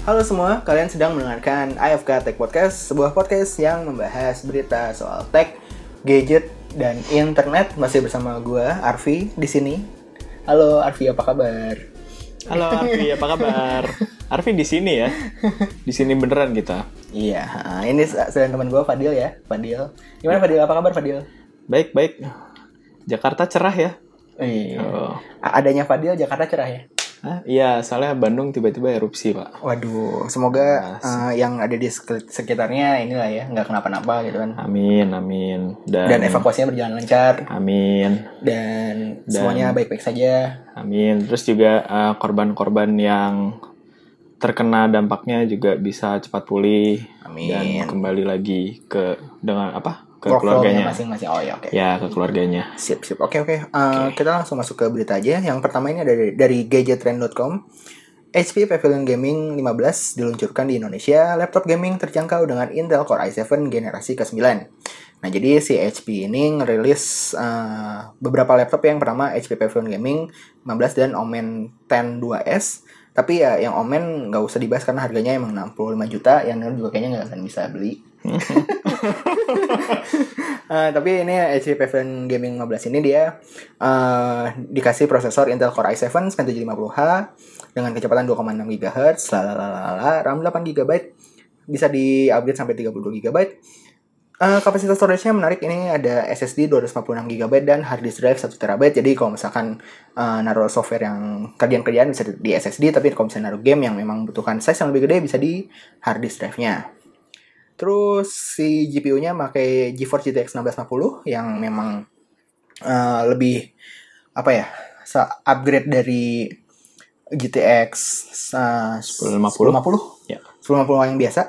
Halo semua, kalian sedang mendengarkan IFK Tech Podcast, sebuah podcast yang membahas berita soal tech, gadget, dan internet. Masih bersama gue, Arfi, di sini. Halo Arfi, apa kabar? Halo Arfi, apa kabar? Arfi di sini ya? Di sini beneran kita. Iya, ini sedang teman gue, Fadil ya. Fadil, gimana Fadil? Apa kabar Fadil? Baik. Jakarta cerah ya? Iya. Adanya Fadil, Jakarta cerah ya? Iya, soalnya Bandung tiba-tiba erupsi, Pak. Waduh, semoga yang ada di sekitarnya inilah ya, nggak kenapa-napa gitu kan. Amin. Dan evakuasinya berjalan lancar. Amin. Dan semuanya baik-baik saja. Amin. Terus juga korban-korban yang terkena dampaknya juga bisa cepat pulih. Amin. Dan kembali lagi ke keluarganya masing-masing. Oh ya, oke. Ya, ke keluarganya. Sip. Oke. Kita langsung masuk ke berita aja. Yang pertama ini ada dari gadgettrend.com. HP Pavilion Gaming 15 diluncurkan di Indonesia. Laptop gaming terjangkau dengan Intel Core i7 generasi ke-9. Nah, jadi si HP ini ngerilis beberapa laptop. Yang pertama HP Pavilion Gaming 15 dan Omen 10 2S. Tapi ya yang Omen nggak usah dibahas karena harganya emang 65 juta. Yang juga kayaknya nggak akan bisa beli. Tapi ini HP Pavilion Gaming 15 ini dia dikasih prosesor Intel Core i7 9750H dengan kecepatan 2,6 GHz, RAM 8 GB, bisa di-upgrade sampai 32 GB. Kapasitas storage-nya menarik, ini ada SSD 256 GB dan hard disk drive 1 TB. Jadi kalau misalkan naruh software yang kerjaan bisa di SSD, tapi kalau misalnya naruh game yang memang butuhkan size yang lebih gede bisa di hard disk drive-nya. Terus si GPU-nya pakai GeForce GTX 1650 yang memang lebih upgrade dari GTX 1050 Ya. 1050 yang biasa.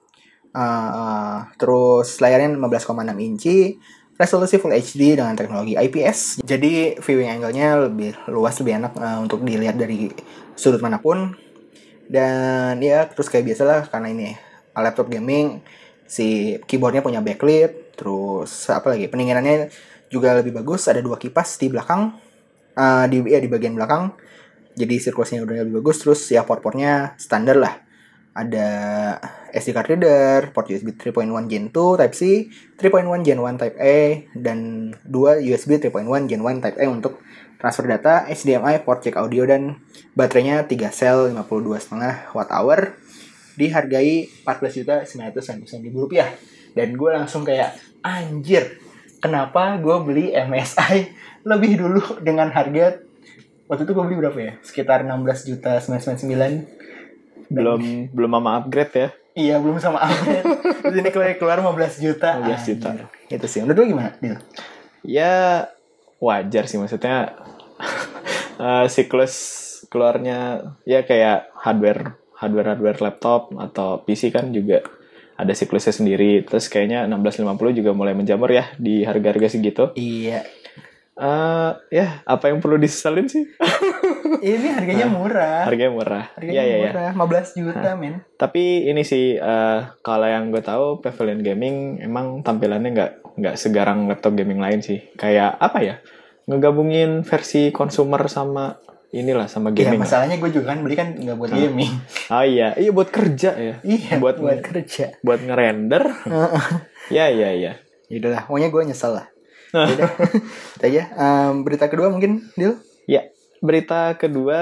Terus layarnya 15,6 inci, resolusi Full HD dengan teknologi IPS. Jadi viewing angle-nya lebih luas, lebih enak untuk dilihat dari sudut manapun. Dan ya terus kayak biasalah karena ini laptop gaming, si keyboardnya punya backlit, terus pendinginannya juga lebih bagus, ada 2 kipas di belakang, di bagian belakang, jadi sirkulasinya udah lebih bagus. Terus ya port-portnya standar lah, ada SD card reader, port USB 3.1 Gen 2 Type C, 3.1 Gen 1 Type A, dan 2 USB 3.1 Gen 1 Type A untuk transfer data, HDMI, port jack audio, dan baterainya 3 sel 52,5 Wh. Dihargai Rp14.999.000. Dan gue langsung kayak anjir, kenapa gue beli MSI lebih dulu dengan harga waktu itu gue beli berapa ya, sekitar 16.999.000. Belum sama upgrade ya. Iya, belum sama upgrade. Terus ini keluar 15 juta. 15 juta. Itu sih. Menurut lu gimana, Dil? Ya wajar sih, maksudnya siklus keluarnya ya kayak hardware laptop atau PC kan juga ada siklusnya sendiri. Terus kayaknya 1650 juga mulai menjamur ya di harga-harga segitu. Iya. Ya apa yang perlu disesalin sih? Ini harganya murah. Harganya murah. Murah, 15 juta men. Tapi ini sih kalau yang gue tahu Pavilion Gaming emang tampilannya nggak segarang laptop gaming lain sih. Kayak apa ya? Ngegabungin versi consumer sama inilah sama gaming. Iya, masalahnya gue juga kan beli kan nggak buat gaming. Oh iya buat kerja ya. Iya, buat kerja. Buat ngerender. Iya. Yaudahlah, pokoknya gue nyesel lah. Yaudah, itu aja. Berita kedua mungkin, Dil? Ya, berita kedua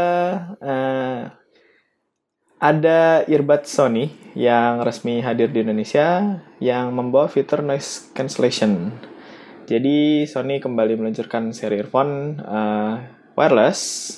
ada earbud Sony yang resmi hadir di Indonesia yang membawa fitur noise cancellation. Jadi Sony kembali meluncurkan seri earphone wireless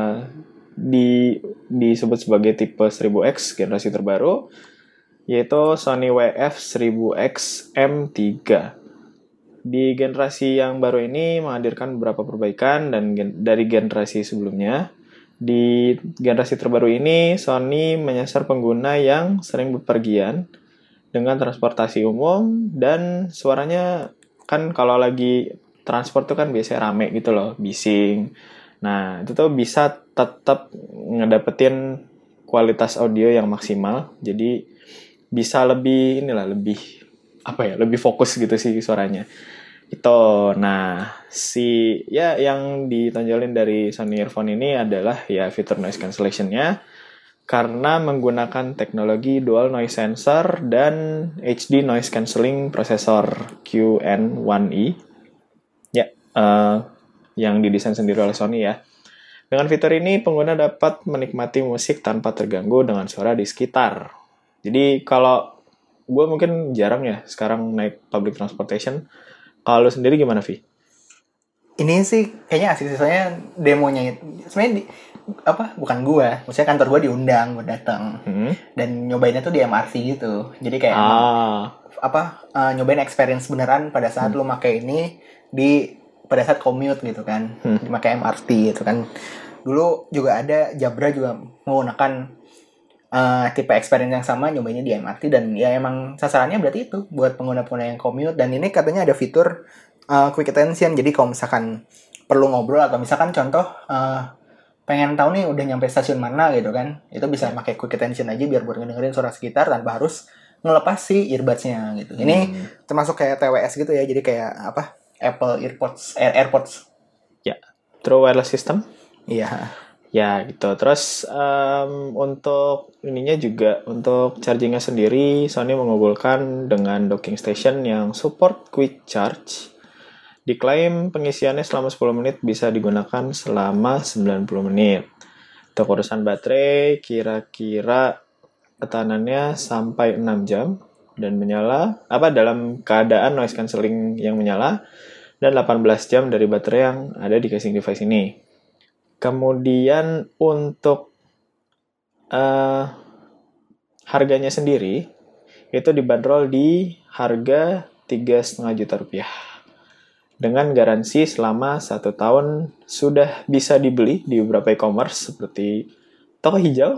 disebut sebagai tipe 1000X generasi terbaru, yaitu Sony WF-1000X M3. Di generasi yang baru ini menghadirkan beberapa perbaikan dari generasi sebelumnya. Di generasi terbaru ini Sony menyasar pengguna yang sering bepergian dengan transportasi umum, dan suaranya kan kalau lagi transport tuh kan biasanya rame gitu loh, bising. Nah, itu tuh bisa tetap ngedapetin kualitas audio yang maksimal. Jadi bisa lebih lebih fokus gitu sih suaranya. Itu. Nah, yang ditonjolin dari Sony Earphone ini adalah ya fitur noise cancellation-nya. karena menggunakan teknologi dual noise sensor dan HD noise cancelling processor QN1E ya, yang didesain sendiri oleh Sony ya. Dengan fitur ini pengguna dapat menikmati musik tanpa terganggu dengan suara di sekitar. Jadi kalau gue mungkin jarang ya sekarang naik public transportation. Kalau lu sendiri gimana, Vi? Ini sih kayaknya asik sih, soalnya demonya sebenarnya bukan gua, maksudnya kantor gua diundang buat datang dan nyobainnya tuh di MRT gitu. Jadi kayak nyobain experience beneran pada saat lu pakai ini pada saat commute gitu kan, dipakai MRT gitu kan. Dulu juga ada Jabra juga menggunakan tipe experience yang sama, nyobainnya di MRT, dan ya emang sasarannya berarti itu buat pengguna-pengguna yang commute. Dan ini katanya ada fitur quick attention, jadi kalau misalkan perlu ngobrol atau misalkan contoh pengen tahu nih udah nyampe stasiun mana gitu kan, itu bisa pakai quick attention aja biar buat ngedengerin suara sekitar tanpa harus ngelepas si earbuds-nya gitu. Ini termasuk kayak TWS gitu ya, jadi kayak Apple AirPods. Ya, True Wireless System. Iya. Ya gitu. Terus untuk ininya juga, untuk chargingnya sendiri Sony mengunggulkan dengan docking station yang support quick charge. Diklaim pengisiannya selama 10 menit bisa digunakan selama 90 menit. Untuk urusan baterai, kira-kira ketahanannya sampai 6 jam dan menyala dalam keadaan noise cancelling yang menyala, dan 18 jam dari baterai yang ada di casing device ini. Kemudian untuk harganya sendiri itu dibanderol di harga 3,5 juta rupiah. Dengan garansi selama 1 tahun, sudah bisa dibeli di beberapa e-commerce seperti Toko Hijau.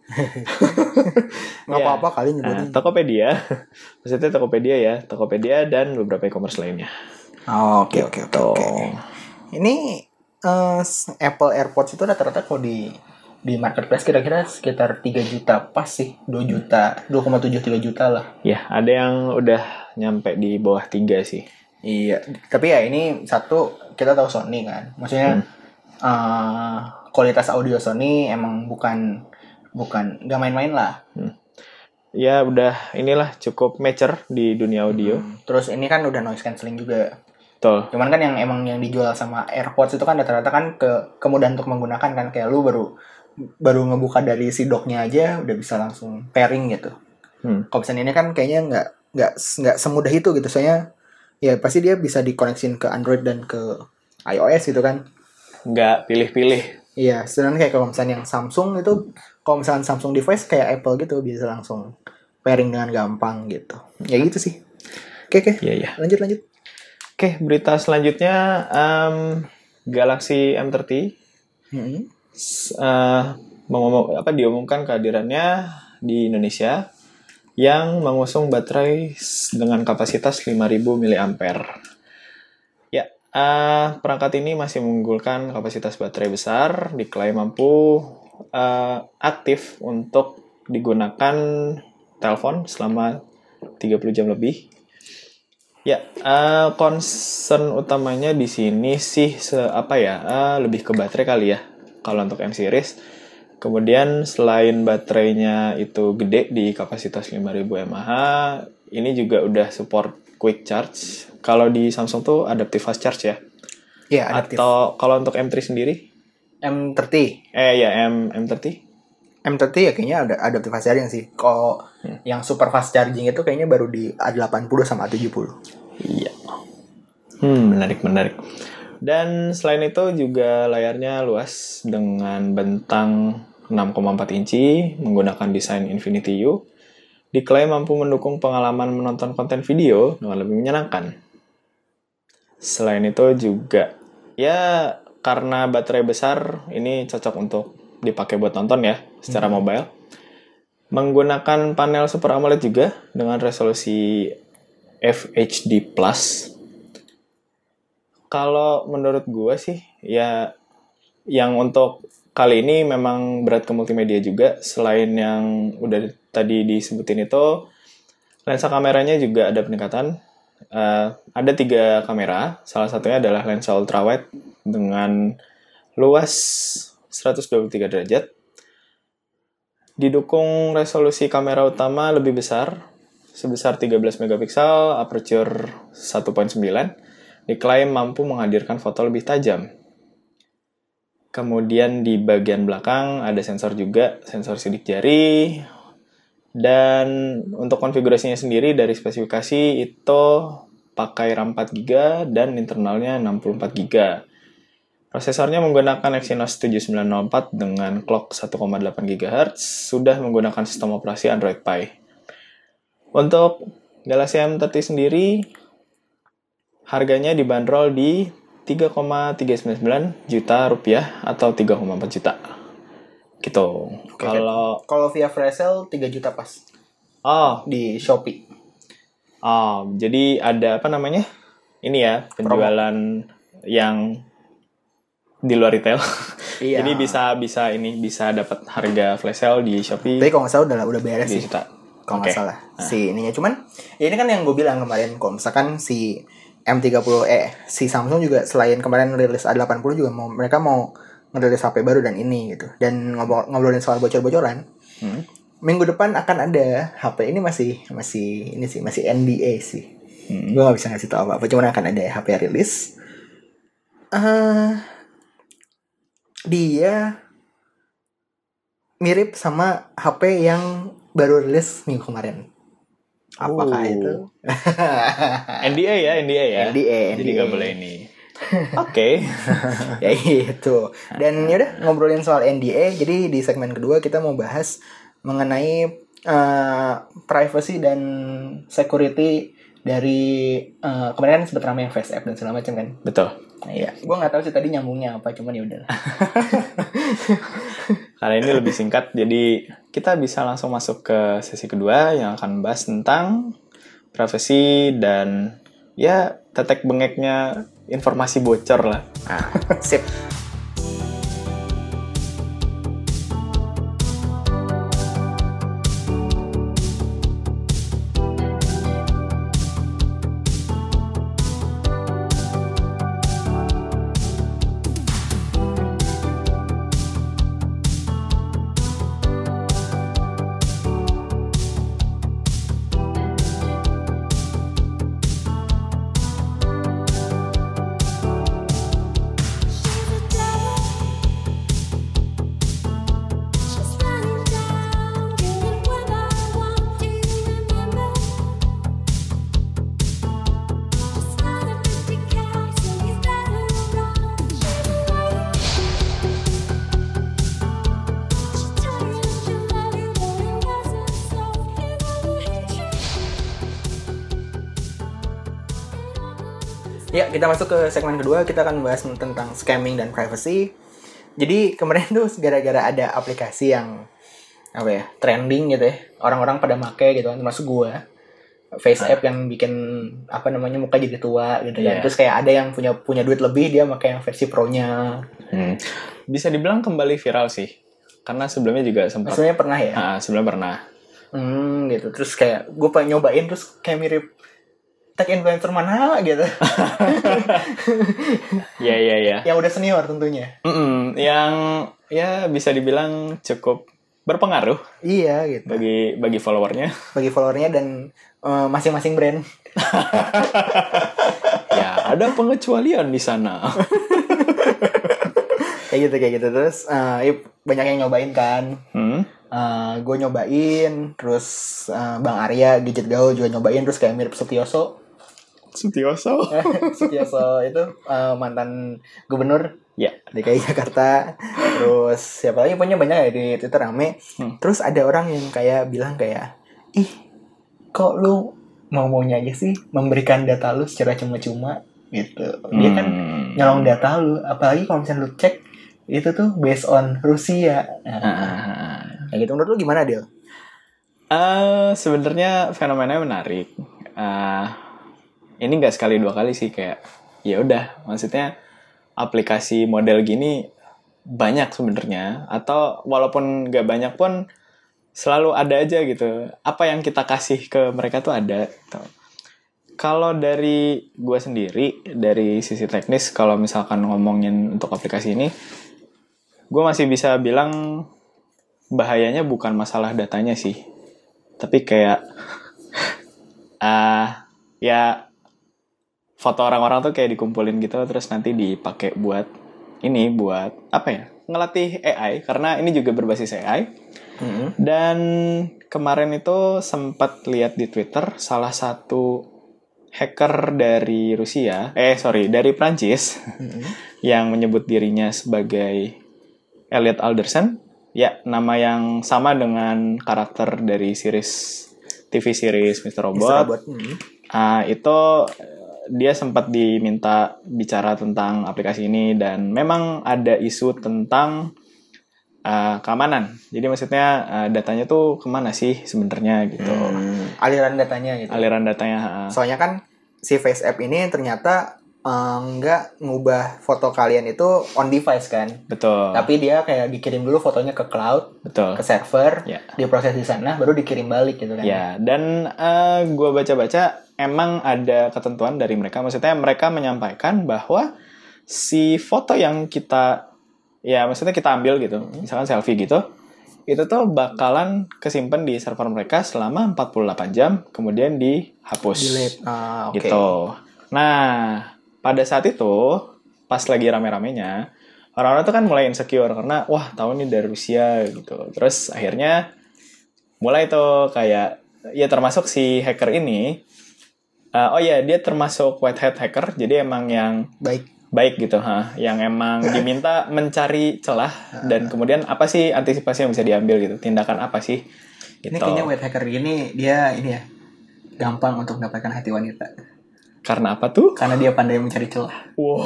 Nggak apa-apa kali nyebutin. Tokopedia. Maksudnya Tokopedia ya. Tokopedia dan beberapa e-commerce lainnya. Oke. Ini Apple AirPods itu rata-rata kalau di marketplace kira-kira sekitar 3 juta pas sih, 2 juta, 2,7-3 juta lah. Ya, ada yang udah nyampe di bawah 3 sih. Iya, tapi ya ini satu, kita tahu Sony kan, maksudnya kualitas audio Sony emang bukan nggak main-main lah. Ya udah inilah cukup mature di dunia audio. Terus ini kan udah noise cancelling juga. Betul. Cuman kan yang dijual sama AirPods itu kan rata-rata kan kemudahan untuk menggunakan kan, kayak lu baru ngebuka dari si docknya aja udah bisa langsung pairing gitu. Kalau misalnya ini kan kayaknya nggak semudah itu gitu, soalnya ya pasti dia bisa dikoneksin ke Android dan ke iOS gitu kan. Nggak pilih-pilih. Iya, sedangkan kayak kalau misalnya yang Samsung itu, kalau misalnya Samsung device kayak Apple gitu bisa langsung pairing dengan gampang gitu. Ya gitu sih. Oke. Iya. Lanjut. Oke, berita selanjutnya Galaxy M30 diumumkan kehadirannya di Indonesia yang mengusung baterai dengan kapasitas 5.000 mAh. Ya, perangkat ini masih mengunggulkan kapasitas baterai besar, diklaim mampu aktif untuk digunakan telepon selama 30 jam lebih. Ya, concern utamanya di sini sih lebih ke baterai kali ya. Kalau untuk M series, kemudian selain baterainya itu gede di kapasitas 5.000 mAh, ini juga udah support quick charge. Kalau di Samsung tuh adaptive fast charge ya. Iya, adaptive. Atau kalau untuk M3 sendiri? M30. M30. M30 ya kayaknya ada adaptive fast charging sih. Kalau yang super fast charging itu kayaknya baru di A80 sama A70. Iya. Menarik. Dan selain itu juga layarnya luas dengan bentang 6,4 inci menggunakan desain Infinity U. Diklaim mampu mendukung pengalaman menonton konten video dengan lebih menyenangkan. Selain itu juga ya karena baterai besar, ini cocok untuk dipakai buat nonton ya secara mobile. Menggunakan panel Super AMOLED juga dengan resolusi FHD+. Kalau menurut gue sih ya yang untuk kali ini memang berat ke multimedia juga. Selain yang udah tadi disebutin itu, lensa kameranya juga ada peningkatan. Ada 3 kamera, salah satunya adalah lensa ultrawide dengan luas 123 derajat. Didukung resolusi kamera utama lebih besar, sebesar 13 megapiksel, aperture 1.9, diklaim mampu menghadirkan foto lebih tajam. Kemudian di bagian belakang ada sensor juga, sensor sidik jari. Dan untuk konfigurasinya sendiri dari spesifikasi itu pakai RAM 4GB dan internalnya 64GB. Prosesornya menggunakan Exynos 7904 dengan clock 1,8 GHz, sudah menggunakan sistem operasi Android Pie. Untuk Galaxy M30 sendiri, harganya dibanderol di 3,399 juta rupiah atau 3,4 juta. Gitu. Kalau via flash sale 3 juta pas Oh, di Shopee. Jadi ada apa namanya? Ini ya, penjualan yang di luar retail. Iya. Jadi bisa dapat harga flash sale di Shopee. Tapi kalau nggak salah udah beres sih. Juta. Kalau nggak salah si ininya, cuman ya ini kan yang gue bilang kemarin, kalau misalkan si M30 si Samsung juga selain kemarin rilis A80 juga mereka mau ngerilis HP baru dan ini gitu. Dan ngobrolin soal bocor-bocoran, minggu depan akan ada HP ini masih NDA sih. Gue nggak bisa ngasih tau apa, cuman akan ada HP rilis. Dia mirip sama HP yang baru rilis minggu kemarin. Apakah itu? NDA ya. NDA. Jadi nggak boleh ini. Oke. Ya itu. Dan yaudah, ngobrolin soal NDA. Jadi di segmen kedua kita mau bahas mengenai privacy dan security dari kemarin kan sempat ramai yang Face App dan segala macam kan. Betul. Nah, iya, gue nggak tahu sih tadi nyambungnya apa, cuman ya udah. Karena ini lebih singkat, jadi kita bisa langsung masuk ke sesi kedua yang akan membahas tentang privacy dan ya tetek bengeknya informasi bocor lah. Sip. Ya, kita masuk ke segmen kedua. Kita akan bahas tentang scamming dan privacy. Jadi kemarin tuh gara-gara ada aplikasi yang trending gitu ya, orang-orang pada make gitu kan, termasuk gue. Face App yang bikin muka jadi tua gitu kan. Terus kayak ada yang punya duit lebih, dia pakai yang versi Pro-nya. Bisa dibilang kembali viral sih. Karena sebelumnya juga sempat. Sebelumnya pernah ya? Sebelumnya pernah. Gitu. Terus kayak gue pengen nyobain, terus kayak mirip tech influencer mana gitu. Iya. Yang udah senior tentunya. Yang ya bisa dibilang cukup berpengaruh. Iya gitu. Bagi followernya. Bagi followernya dan masing-masing brand. Ya, ada pengecualian di sana. kayak gitu. Terus banyak yang nyobain kan. Gue nyobain, terus Bang Arya Gadget Gaul juga nyobain, terus kayak mirip Sutioso itu mantan gubernur DKI Jakarta. Terus siapa lagi, punya banyak ya di Twitter rame. Terus ada orang yang kayak bilang kayak, ih kok lu maunya aja sih memberikan data lu secara cuma-cuma gitu. Dia kan nyolong data lu, apalagi kalau misalnya lu cek itu tuh based on Rusia. Kayak gitu. Menurut lu gimana, Del? Sebenarnya fenomenanya menarik. Ini nggak sekali dua kali sih, kayak ya udah, maksudnya aplikasi model gini banyak sebenarnya, atau walaupun nggak banyak pun selalu ada aja gitu. Apa yang kita kasih ke mereka tuh ada. Gitu. Kalau dari gue sendiri, dari sisi teknis, kalau misalkan ngomongin untuk aplikasi ini, gue masih bisa bilang bahayanya bukan masalah datanya sih, tapi kayak ya foto orang-orang tuh kayak dikumpulin gitu terus nanti dipakai buat apa ya, ngelatih AI, karena ini juga berbasis AI. Dan kemarin itu sempat lihat di Twitter salah satu hacker dari dari Prancis yang menyebut dirinya sebagai Elliot Alderson, ya nama yang sama dengan karakter dari TV series Mr. Robot. Itu dia sempat diminta bicara tentang aplikasi ini dan memang ada isu tentang keamanan. Jadi maksudnya datanya tuh kemana sih sebenarnya gitu. Aliran datanya gitu. Aliran datanya. Soalnya kan si Face App ini ternyata nggak ngubah foto kalian itu on device kan. Betul. Tapi dia kayak dikirim dulu fotonya ke cloud, betul, ke server, ya, diproses di sana, baru dikirim balik gitu kan. Ya, dan gue baca-baca emang ada ketentuan dari mereka. Maksudnya mereka menyampaikan bahwa si foto yang kita ambil gitu, misalkan selfie gitu, itu tuh bakalan kesimpan di server mereka selama 48 jam, kemudian dihapus. Delete. Okay. Gitu. Nah, pada saat itu, pas lagi rame-ramenya, orang-orang tuh kan mulai insecure karena wah, tahu nih dari Rusia gitu. Terus akhirnya mulai tuh kayak ya termasuk si hacker ini. Dia termasuk white hat hacker, jadi emang yang baik gitu, yang emang diminta mencari celah dan kemudian apa sih antisipasi yang bisa diambil gitu, tindakan apa sih gitu. Ini kayaknya white hacker ini dia ini ya gampang untuk mendapatkan hati wanita. Karena apa tuh? Karena dia pandai mencari celah. Wow.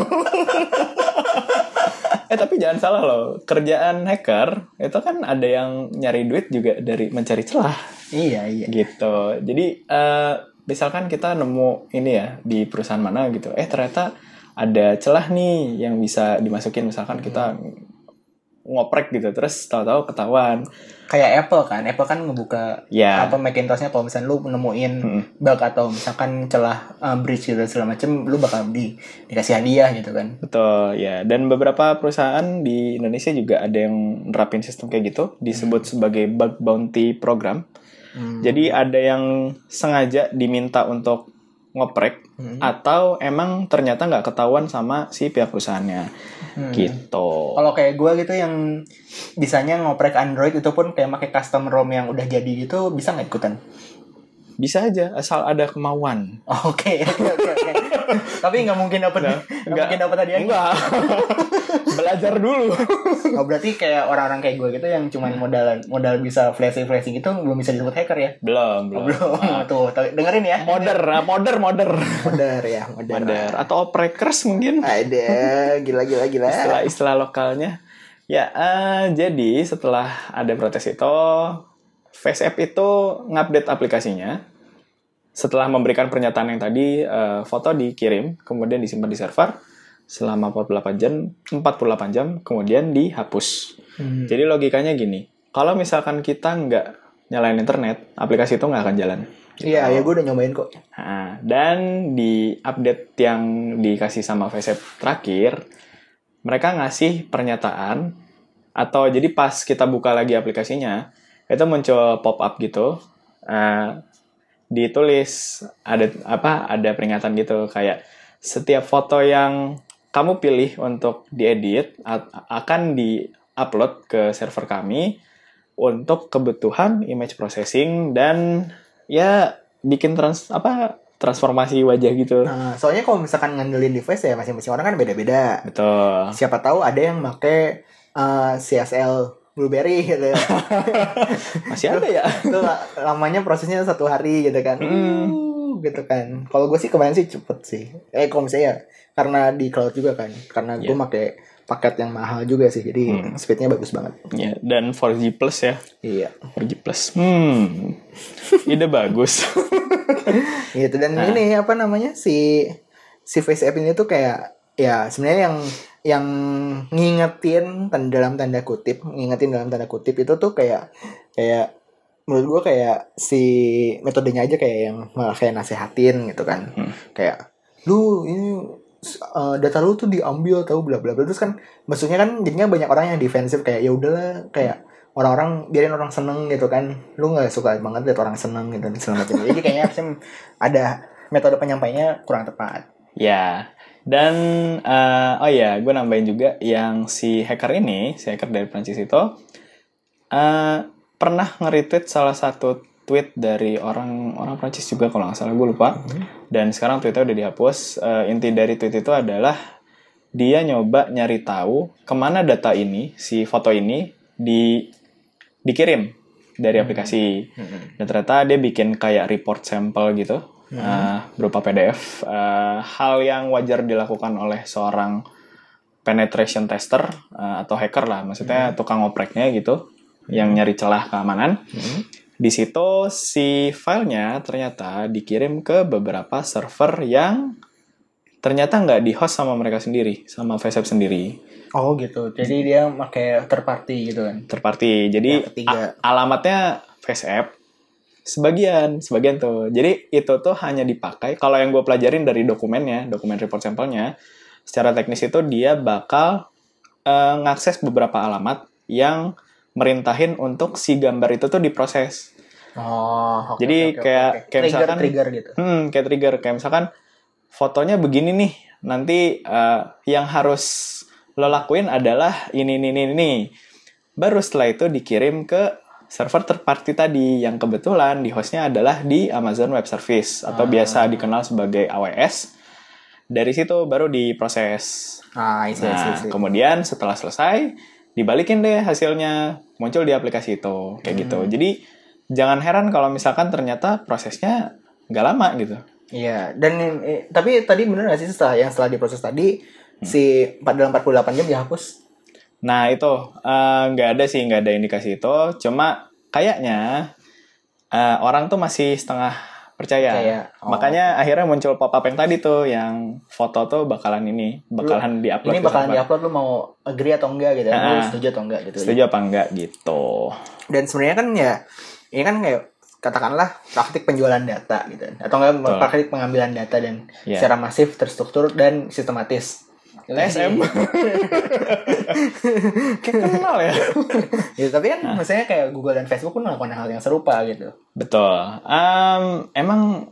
Tapi jangan salah loh, kerjaan hacker itu kan ada yang nyari duit juga dari mencari celah. Iya. Gitu. Jadi misalkan kita nemu ini ya di perusahaan mana gitu, ternyata ada celah nih yang bisa dimasukin, misalkan kita ngoprek gitu, terus tahu-tahu ketahuan. Kayak Apple kan ngebuka Macintosh-nya kalau misalnya lu nemuin bug atau misalkan celah breach gitu segala macam, lu bakal dikasih hadiah gitu kan. Betul, ya. Dan beberapa perusahaan di Indonesia juga ada yang nerapin sistem kayak gitu, disebut sebagai bug bounty program. Jadi ada yang sengaja diminta untuk ngoprek atau emang ternyata nggak ketahuan sama si pihak perusahaannya gitu. Kalau kayak gue gitu yang bisanya ngoprek Android itu pun kayak pakai custom ROM yang udah jadi gitu, bisa nggak ikutan? Bisa aja asal ada kemauan. Oke. Tapi nggak mungkin dapat hadiah. Enggak. Belajar dulu. Berarti kayak orang-orang kayak gue gitu yang cuma modal bisa flashing gitu belum bisa disebut hacker ya? Belum. Tuh dengerin ya. Modder. Ya. Atau oprekers mungkin. Ada gila. Istilah lokalnya. Ya, jadi setelah ada protes itu, Face App itu ngupdate aplikasinya. Setelah memberikan pernyataan yang tadi, foto dikirim, kemudian disimpan di server selama 48 jam, kemudian dihapus. Jadi logikanya gini, kalau misalkan kita nggak nyalain internet, aplikasi itu nggak akan jalan. Iya, gue udah nyobain kok. Dan di update yang dikasih sama Face App terakhir, mereka ngasih pernyataan, atau jadi pas kita buka lagi aplikasinya, itu muncul pop-up gitu, ditulis ada peringatan gitu kayak setiap foto yang kamu pilih untuk diedit akan di-upload ke server kami untuk kebutuhan image processing dan ya bikin transformasi wajah gitu. Soalnya kalau misalkan ngandelin device ya masing-masing orang kan beda-beda. Betul. Siapa tahu ada yang pakai CSL Blueberry gitu. Masih ada ya? Itu lamanya prosesnya 1 hari gitu kan. Gitu kan. Kalau gue sih kemarin sih cepet sih. Kalau misalnya ya, karena di cloud juga kan. Karena gue pakai paket yang mahal juga sih. Jadi speednya bagus banget. Ya, dan 4G Plus ya. Iya. 4G Plus. Ide bagus. Gitu. Dan ini apa namanya si Face App ini tuh kayak ya sebenarnya yang ngingetin dalam tanda kutip itu tuh kayak menurut gue kayak si metodenya aja kayak yang malah kayak nasehatin gitu kan. Kayak lu ini data lu tuh diambil tahu bla bla bla, terus kan maksudnya kan jadinya banyak orang yang defensif kayak ya udahlah kayak orang-orang biarin orang seneng gitu kan, lu nggak suka banget lihat orang seneng gitu dan segala macam. Jadi kayaknya harusnya ada metode penyampainya kurang tepat. Ya, dan oh ya, gue nambahin juga yang si hacker dari Prancis itu pernah nge-retweet salah satu tweet dari orang Prancis juga kalau nggak salah, gue lupa. Dan sekarang tweetnya udah dihapus. Inti dari tweet itu adalah dia nyoba nyari tahu kemana data ini, si foto ini dikirim dari aplikasi. Dan ternyata dia bikin kayak report sampel gitu. Berupa PDF. Hal yang wajar dilakukan oleh seorang penetration tester atau hacker lah, maksudnya tukang ngopreknya gitu, yang nyari celah keamanan. Di situ si filenya ternyata dikirim ke beberapa server yang ternyata nggak di-host sama mereka sendiri, sama FaceApp sendiri. Oh gitu, jadi dia pakai third party gitu kan? Third party, jadi alamatnya FaceApp. Sebagian tuh. Jadi itu tuh hanya dipakai, kalau yang gue pelajarin dari dokumen report sampelnya, secara teknis itu dia bakal ngakses beberapa alamat yang merintahin untuk si gambar itu tuh diproses. Jadi kayak misalkan trigger gitu. Kayak trigger, kayak misalkan fotonya begini nih, nanti yang harus lo lakuin adalah ini. Baru setelah itu dikirim ke server third party tadi, yang kebetulan di hostnya adalah di Amazon Web Service atau biasa dikenal sebagai AWS. Dari situ baru diproses. Kemudian setelah selesai dibalikin deh hasilnya, muncul di aplikasi itu kayak gitu. Jadi jangan heran kalau misalkan ternyata prosesnya nggak lama gitu. Iya, dan tapi tadi bener nggak sih setelah diproses tadi si dalam 48 jam dihapus? Nah itu nggak ada indikasi itu, cuma kayaknya orang tuh masih setengah percaya. Makanya akhirnya muncul pop-up yang tadi tuh, yang foto tuh bakalan diupload. Ini bakalan diupload, lu mau agree atau enggak gitu, lu setuju atau enggak gitu. Setuju apa enggak gitu. Dan sebenarnya kan ya, ini kan kayak katakanlah praktik penjualan data gitu, atau enggak praktik pengambilan data dan secara masif, terstruktur dan sistematis. LSM. Kayak kenal ya. Ya tapi kan maksudnya kayak Google dan Facebook pun melakukan hal yang serupa gitu. Betul. Emang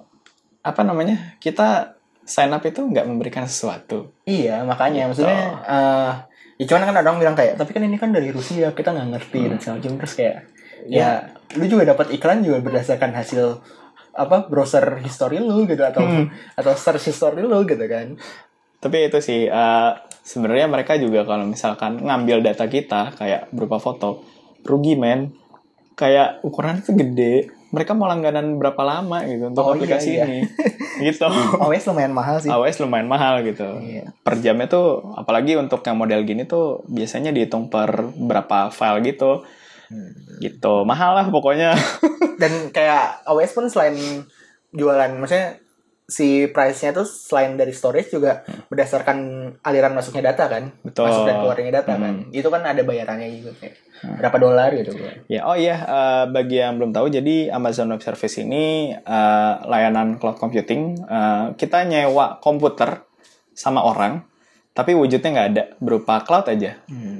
kita sign up itu nggak memberikan sesuatu. Iya, makanya gitu. Maksudnya ya cuman kan ada orang bilang kayak, tapi kan ini kan dari Rusia, kita nggak ngerti dan segala macam. Terus kayak ya lu juga dapat iklan juga berdasarkan hasil browser history lu gitu, atau search history lu gitu kan. Tapi itu sih sebenarnya mereka juga kalau misalkan ngambil data kita kayak berupa foto, rugi men. Kayak ukurannya tuh gede. Mereka mau langganan berapa lama gitu untuk aplikasi ini. Gitu. AWS lumayan mahal sih. AWS lumayan mahal gitu. Iya. Per jamnya tuh, apalagi untuk yang model gini tuh biasanya dihitung per berapa file gitu. Gitu. Mahal lah pokoknya. Dan kayak AWS pun selain jualan, maksudnya si price-nya tuh selain dari storage juga berdasarkan aliran masuknya data kan. Betul. Masuk dan keluarnya data kan. Itu kan ada bayarannya juga kayak berapa dolar gitu kan. Ya, bagi yang belum tahu, jadi Amazon Web Service ini layanan cloud computing. Kita nyewa komputer sama orang, tapi wujudnya nggak ada, berupa cloud aja.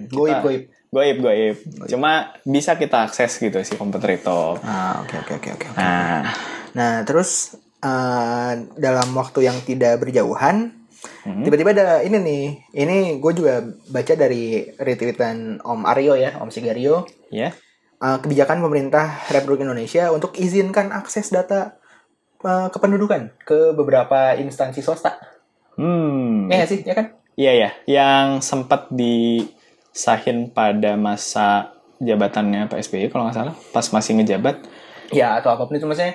Goib. Cuma bisa kita akses gitu si komputer itu. Oke. Nah, terus dalam waktu yang tidak berjauhan, tiba-tiba ada ini gue juga baca dari retweetan Om Aryo ya, Om Sigario. Kebijakan pemerintah Republik Indonesia untuk izinkan akses data kependudukan ke beberapa instansi swasta. Ya sih, ya kan? Iya, yang sempat disahin pada masa jabatannya Pak SBY kalau nggak salah, pas masih ngejabat. Ya, atau apapun itu maksudnya.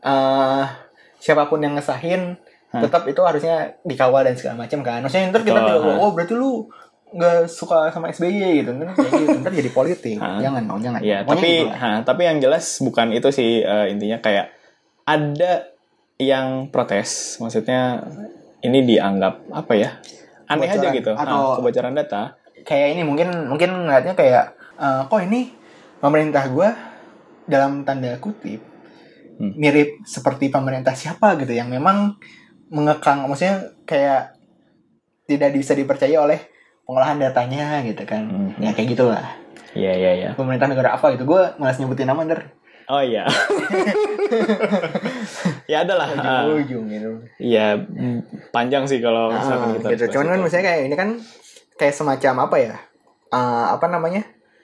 Siapapun yang ngesahin tetap itu harusnya dikawal dan segala macam kan. Maksudnya ntar kita bilang, berarti lu nggak suka sama SBY gitu, ntar jadi politik. Jangan. Ya, tapi yang jelas bukan itu sih, intinya kayak ada yang protes, maksudnya ini dianggap aneh aja gitu, atau kebocoran data. Kayak ini mungkin ngeliatnya kayak kok ini pemerintah gue dalam tanda kutip mirip seperti pemerintah siapa gitu yang memang mengekang, maksudnya kayak tidak bisa dipercaya oleh pengolahan datanya gitu kan. Ya kayak gitulah. Iya. Pemerintah negara apa gitu. Gue malas nyebutin nama ntar. Oh iya. Ya adalah. Ujung-ujung gitu. Iya, panjang sih kalau misalkan kita. Gitu. Cuman kan misalnya kayak ini kan kayak semacam apa ya? Apa namanya?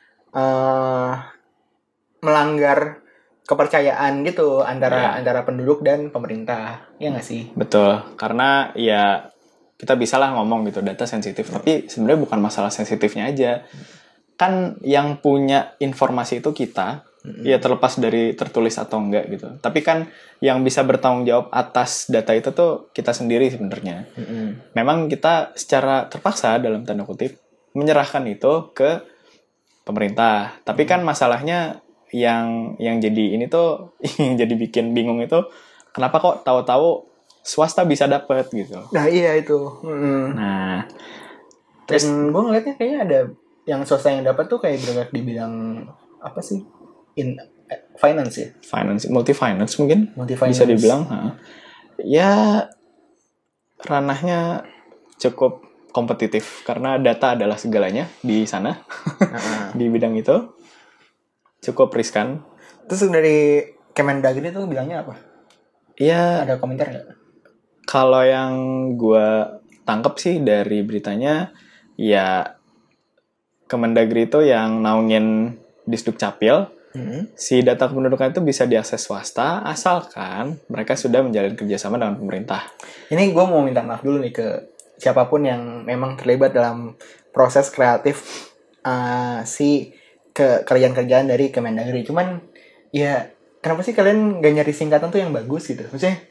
Melanggar kepercayaan gitu antara penduduk dan pemerintah. Ya nggak sih? Betul. Karena ya kita bisalah ngomong gitu data sensitif, tapi sebenarnya bukan masalah sensitifnya aja. Kan yang punya informasi itu kita, ya terlepas dari tertulis atau enggak gitu. Tapi kan yang bisa bertanggung jawab atas data itu tuh kita sendiri sebenarnya. Memang kita secara terpaksa dalam tanda kutip menyerahkan itu ke pemerintah. Tapi kan masalahnya yang jadi ini tuh yang jadi bikin bingung itu kenapa kok tahu-tahu swasta bisa dapat gitu. Nah iya itu. Nah, terus gue ngeliatnya kayaknya ada yang swasta yang dapat tuh kayak bergerak di bidang apa sih? Finance ya? Multi finance mungkin bisa dibilang. Ya ranahnya cukup kompetitif karena data adalah segalanya di sana. Di bidang itu cukup riskan. Terus dari Kemendagri itu bilangnya apa? Iya. Ada komentar nggak? Kalau yang gue tangkap sih dari beritanya, ya Kemendagri itu yang naungin Disduk Capil, si data kependudukan itu bisa diakses swasta asalkan mereka sudah menjalin kerjasama dengan pemerintah. Ini gue mau minta maaf dulu nih ke siapapun yang memang terlibat dalam proses kreatif si kerjaan-kerjaan dari Kemendagri. Cuman ya kenapa sih kalian gak nyari singkatan tuh yang bagus gitu? Maksudnya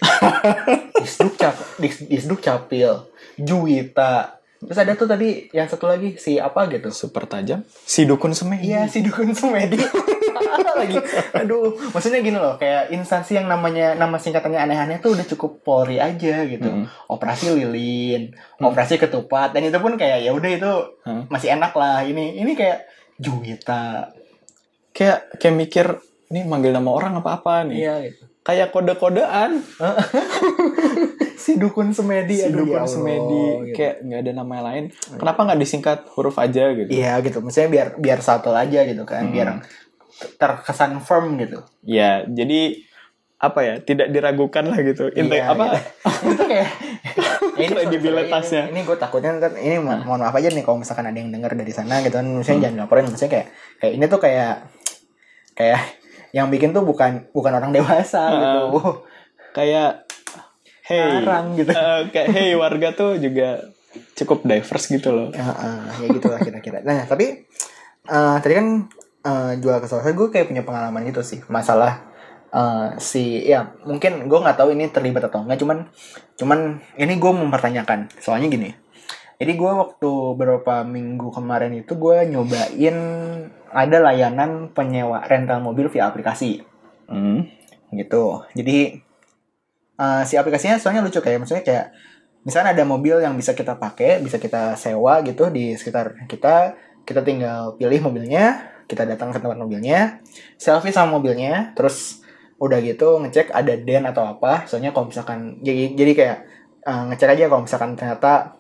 Disduk Capil, Juwita. Terus ada tuh tadi yang satu lagi si apa gitu? Super tajam. Si Dukun Semedi. Iya, si Dukun Semedi. Lagi. Aduh, maksudnya gini loh, kayak instansi yang nama singkatannya aneh-aneh tuh udah cukup Polri aja gitu. Operasi Lilin, Operasi Ketupat, dan itu pun kayak ya udah itu masih enak lah. Ini kayak Juwita. Kayak mikir ini manggil nama orang apa nih? Iya gitu. Kayak kode-kodean. Si Dukun Semedi. Dukun Semedi. Gitu. Kayak nggak ada nama lain. Kenapa nggak disingkat huruf aja gitu? Iya gitu. Maksudnya biar subtle aja gitu kan. Biar terkesan firm gitu. Ya, jadi apa ya? Tidak diragukan lah gitu. Iya, apa? Gitu. Itu kayak ini kredibilitasnya. Ini gue takutnya ntar ini mohon maaf aja nih kalau misalkan ada yang dengar dari sana gitu kan. Misalnya jangan laporin. Maksudnya kayak ini tuh kayak yang bikin tuh bukan orang dewasa gitu. Kayak Arang gitu. Kayak warga tuh juga cukup diverse gitu loh. Ya gitulah kira-kira. Nah, tapi tadi kan jual ke swasta, gue kayak punya pengalaman gitu sih. Masalah ya mungkin gue nggak tahu ini terlibat atau enggak, cuman ini gue mempertanyakan. Soalnya gini. Jadi gue waktu beberapa minggu kemarin itu gue nyobain ada layanan penyewa rental mobil via aplikasi. Gitu. Jadi si aplikasinya soalnya lucu kayak maksudnya kayak misalnya ada mobil yang bisa kita pakai, bisa kita sewa gitu di sekitar kita tinggal pilih mobilnya, kita datang ke tempat mobilnya, selfie sama mobilnya, terus udah gitu ngecek ada den atau apa. Soalnya kalau misalkan jadi kayak ngecek aja kalau misalkan ternyata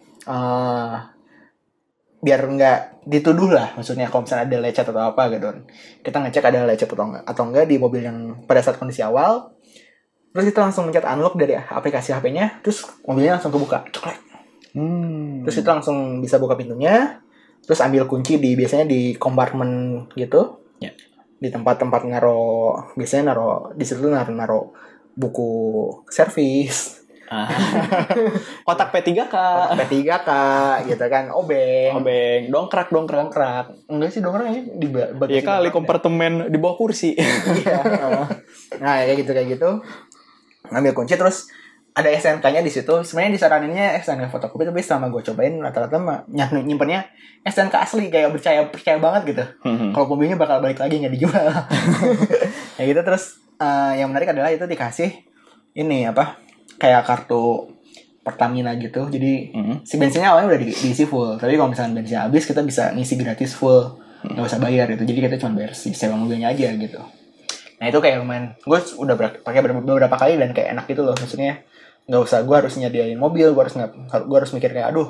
biar nggak dituduh lah, maksudnya kalau misalnya ada lecet atau apa gitu, kita ngecek ada lecet atau enggak di mobil yang pada saat kondisi awal. Terus kita langsung mencet unlock dari aplikasi HP-nya, terus mobilnya langsung kebuka, ceklek. Terus kita langsung bisa buka pintunya, terus ambil kunci biasanya di kompartemen gitu, di tempat-tempat biasanya di situ naro buku servis, kotak P3K gitu kan, obeng, dongkrak enggak sih dongkraknya di ya kali kompartemen di bawah kursi. Iya. Nah kayak gitu ngambil kunci, terus ada SNK-nya di situ. Sebenarnya disaraninnya SNK fotokopi, tapi selama gue cobain rata-rata nyimpennya SNK asli, kayak percaya banget gitu. Kalau mobilnya bakal balik lagi nggak dijual. Ya gitu. Terus yang menarik adalah itu dikasih ini apa kayak kartu Pertamina gitu. Jadi si bensinnya awalnya udah diisi full, tapi kalau misalnya bensinnya habis kita bisa ngisi gratis full, nggak usah bayar gitu. Jadi kita cuma bayar si sewa mobilnya aja gitu. Nah itu kayak lumayan, gue udah pakai beberapa kali dan kayak enak gitu loh. Maksudnya nggak usah gue harus nyediain mobil, gue harus mikir kayak aduh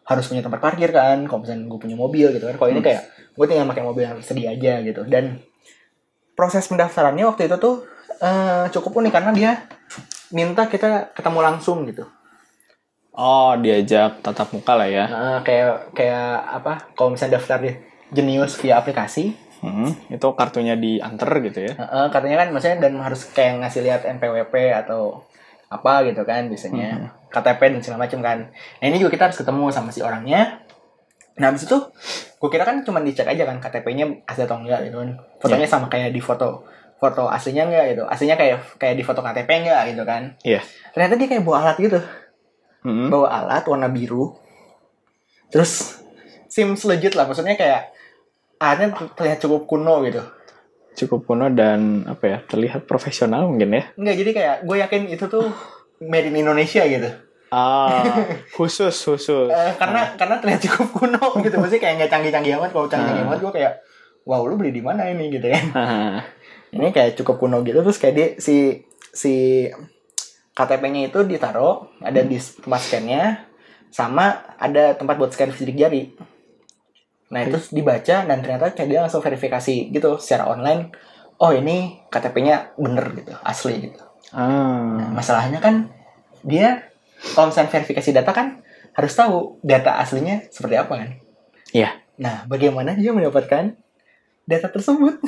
harus punya tempat parkir kan, kalau misalnya gue punya mobil gitu kan. Kalau ini kayak gue tinggal pakai mobil yang tersedia aja gitu. Dan proses pendaftarannya waktu itu tuh cukup unik karena dia minta kita ketemu langsung gitu. Oh, diajak tatap muka lah ya. Kayak apa? Kalau misalnya daftar di Jenius via aplikasi, itu kartunya diantar gitu ya. Kartunya kan maksudnya dan harus kayak ngasih lihat NPWP atau apa gitu kan biasanya. KTP dan segala macam kan. Nah, ini juga kita harus ketemu sama si orangnya. Nah, habis itu gue kira kan cuma dicek aja kan KTP-nya asli atau enggak gitu kan. Fotonya sama kayak di foto aslinya enggak gitu. Aslinya kayak di foto KTP enggak gitu kan. Iya. Ternyata dia kayak bawa alat gitu. Bawa alat warna biru. Terus seems legit lah, maksudnya kayak alatnya terlihat cukup kuno gitu. Cukup kuno dan apa ya, terlihat profesional mungkin ya. Enggak, jadi kayak gue yakin itu tuh made in Indonesia gitu. Khusus. Karena terlihat cukup kuno gitu, maksudnya kayak nggak canggih-canggih amat. Kalau canggih amat gue kayak, wow lu beli di mana ini gitu kan. Ini kayak cukup kuno gitu. Terus kayak dia si KTP-nya itu ditaruh, ada di tempat scan-nya, sama ada tempat buat scan sidik jari. Nah itu dibaca dan ternyata kayak dia langsung verifikasi gitu secara online. Oh ini KTP-nya bener gitu, asli gitu. Nah, masalahnya kan dia kalau misalnya verifikasi data kan harus tahu data aslinya seperti apa kan. Iya. Nah bagaimana dia mendapatkan data tersebut?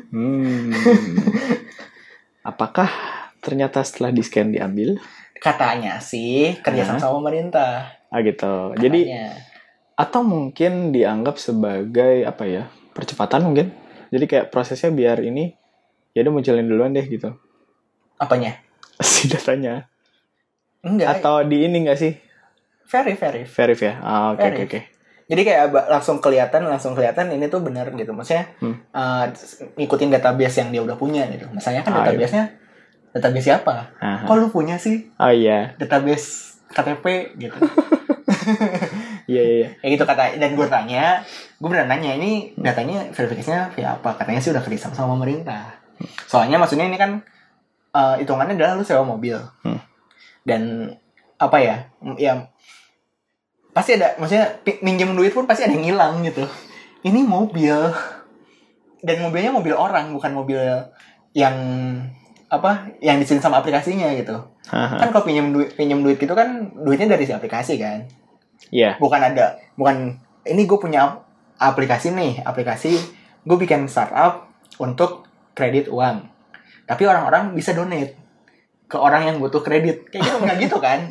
Apakah ternyata setelah di-scan diambil? Katanya sih kerjasama sama pemerintah. Gitu. Katanya. Jadi atau mungkin dianggap sebagai apa ya, percepatan mungkin. Jadi kayak prosesnya biar ini ya udah munculin duluan deh gitu. Apanya? Si datanya. Enggak. Atau di ini enggak sih? Verif ya. Oke. Jadi kayak langsung kelihatan ini tuh benar gitu. Maksudnya ngikutin database yang dia udah punya gitu. Masalahnya kan database-nya database siapa? Kok lu punya sih? Oh iya. Database KTP gitu. Iya. Kayak gitu kata, dan gue beneran nanya ini datanya verifikasinya via apa? Katanya sih udah kerja sama pemerintah. Soalnya maksudnya ini kan hitungannya adalah lu sewa mobil. Dan apa ya? Ya pasti ada, maksudnya minjem duit pun pasti ada yang hilang gitu. Ini mobil, dan mobilnya mobil orang, bukan mobil yang apa yang disini sama aplikasinya gitu. Kan kalau pinjam duit gitu kan duitnya dari si aplikasi kan. Iya. Bukan ini gue punya aplikasi gue bikin startup untuk kredit uang. Tapi orang-orang bisa donate ke orang yang butuh kredit. Kayak gitu enggak gitu kan?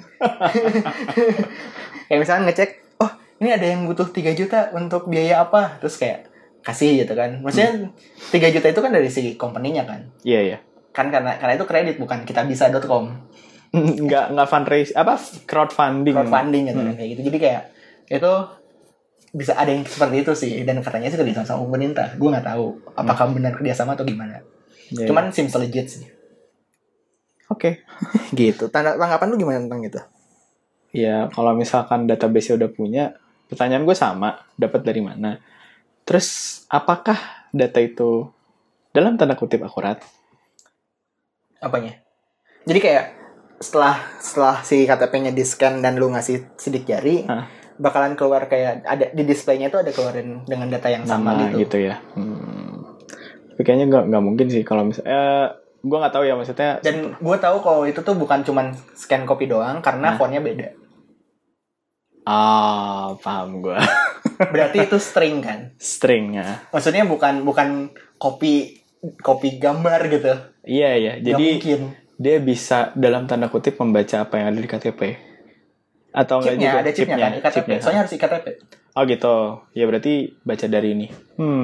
Kayak misalnya ngecek, oh ini ada yang butuh 3 juta untuk biaya apa, terus kayak kasih gitu kan. Maksudnya 3 juta itu kan dari si company-nya kan. Iya. Kan karena itu kredit, bukan kitabisa.com. Enggak fundraise apa crowdfunding gitu kan, kayak gitu. Jadi kayak itu bisa ada yang seperti itu sih, dan katanya sih kerjasama sama pemerintah. Gue nggak tahu apakah benar kerjasama atau gimana. Cuman seems legit sih. Oke. Gitu. Tanggapan lu gimana tentang itu? Ya kalau misalkan database udah punya, pertanyaan gue sama, dapat dari mana? Terus apakah data itu dalam tanda kutip akurat? Apanya? Jadi kayak setelah si KTP-nya di-scan dan lu ngasih sidik jari, bakalan keluar kayak ada di display-nya itu ada keluarin dengan data yang sama gitu ya. Tapi kayaknya nggak mungkin sih kalau misalnya gue nggak tahu ya maksudnya. Dan gue tahu kalau itu tuh bukan cuman scan copy doang karena fontnya beda. Paham gue. Berarti itu string kan? Stringnya. Maksudnya bukan copy gambar gitu. Iya. Jadi mungkin. Dia bisa dalam tanda kutip membaca apa yang ada di KTP. Atau enggak juga ada chipnya kan, KTP. Soalnya harus iktp. Oh gitu. Ya berarti baca dari ini.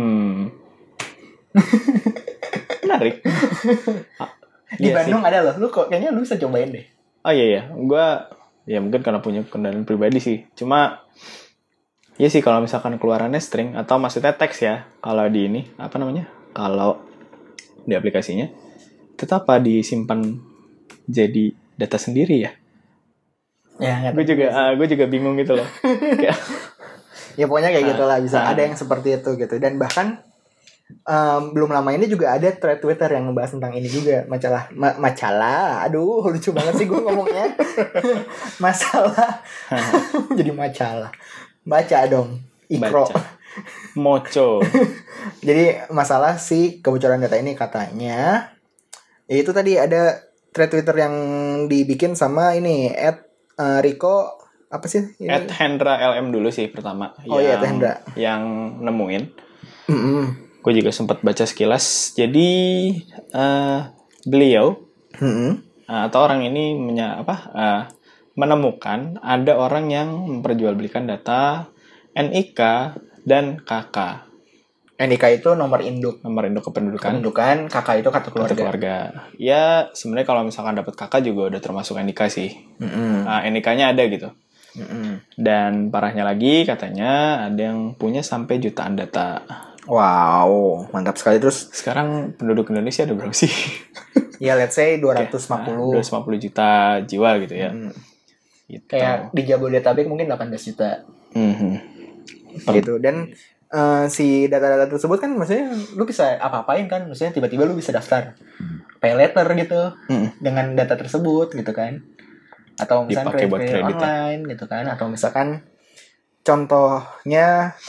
Menarik. Di Bandung ada loh. Lu kok kayaknya lu bisa cobain deh. Oh iya. Gua ya mungkin karena punya kendaraan pribadi sih. Cuma ya sih kalau misalkan keluarannya string atau maksudnya teks ya. Kalau di ini apa namanya? Kalau di aplikasinya tetap apa disimpan jadi data sendiri ya? Ya, gue juga bingung gitu loh. Ya pokoknya kayak gitulah, bisa ada yang seperti itu gitu. Dan bahkan belum lama ini juga ada thread Twitter yang ngebahas tentang ini juga, masalah. Aduh, lucu banget sih gue ngomongnya. Masalah. Jadi masalah. Baca dong. Ikro. Baca. Moco. Jadi masalah si kebocoran data ini katanya, ya itu tadi ada thread Twitter yang dibikin sama ini Rico apa sih? Ini? @Hendra LM dulu sih pertama. Oh iya, Hendra. Yang nemuin. Mm-mm. Gue juga sempat baca sekilas. Jadi beliau atau orang ini menemukan ada orang yang memperjualbelikan data NIK dan KK. NIK itu nomor induk kependudukan. KK itu kartu keluarga. Kartu keluarga. Ya sebenarnya kalau misalkan dapat KK juga udah termasuk NIK sih. NIK-nya ada gitu. Dan parahnya lagi katanya ada yang punya sampai jutaan data. Wow, mantap sekali. Terus sekarang penduduk Indonesia ada berapa sih? Ya let's say 250 juta jiwa gitu ya. Gitu. Kayak di Jabodetabek mungkin 18 juta. Gitu. Dan si data-data tersebut kan maksudnya lu bisa apa-apain kan. Maksudnya tiba-tiba lu bisa daftar pay letter gitu dengan data tersebut gitu kan. Atau misalkan kredit online gitu kan. Atau misalkan contohnya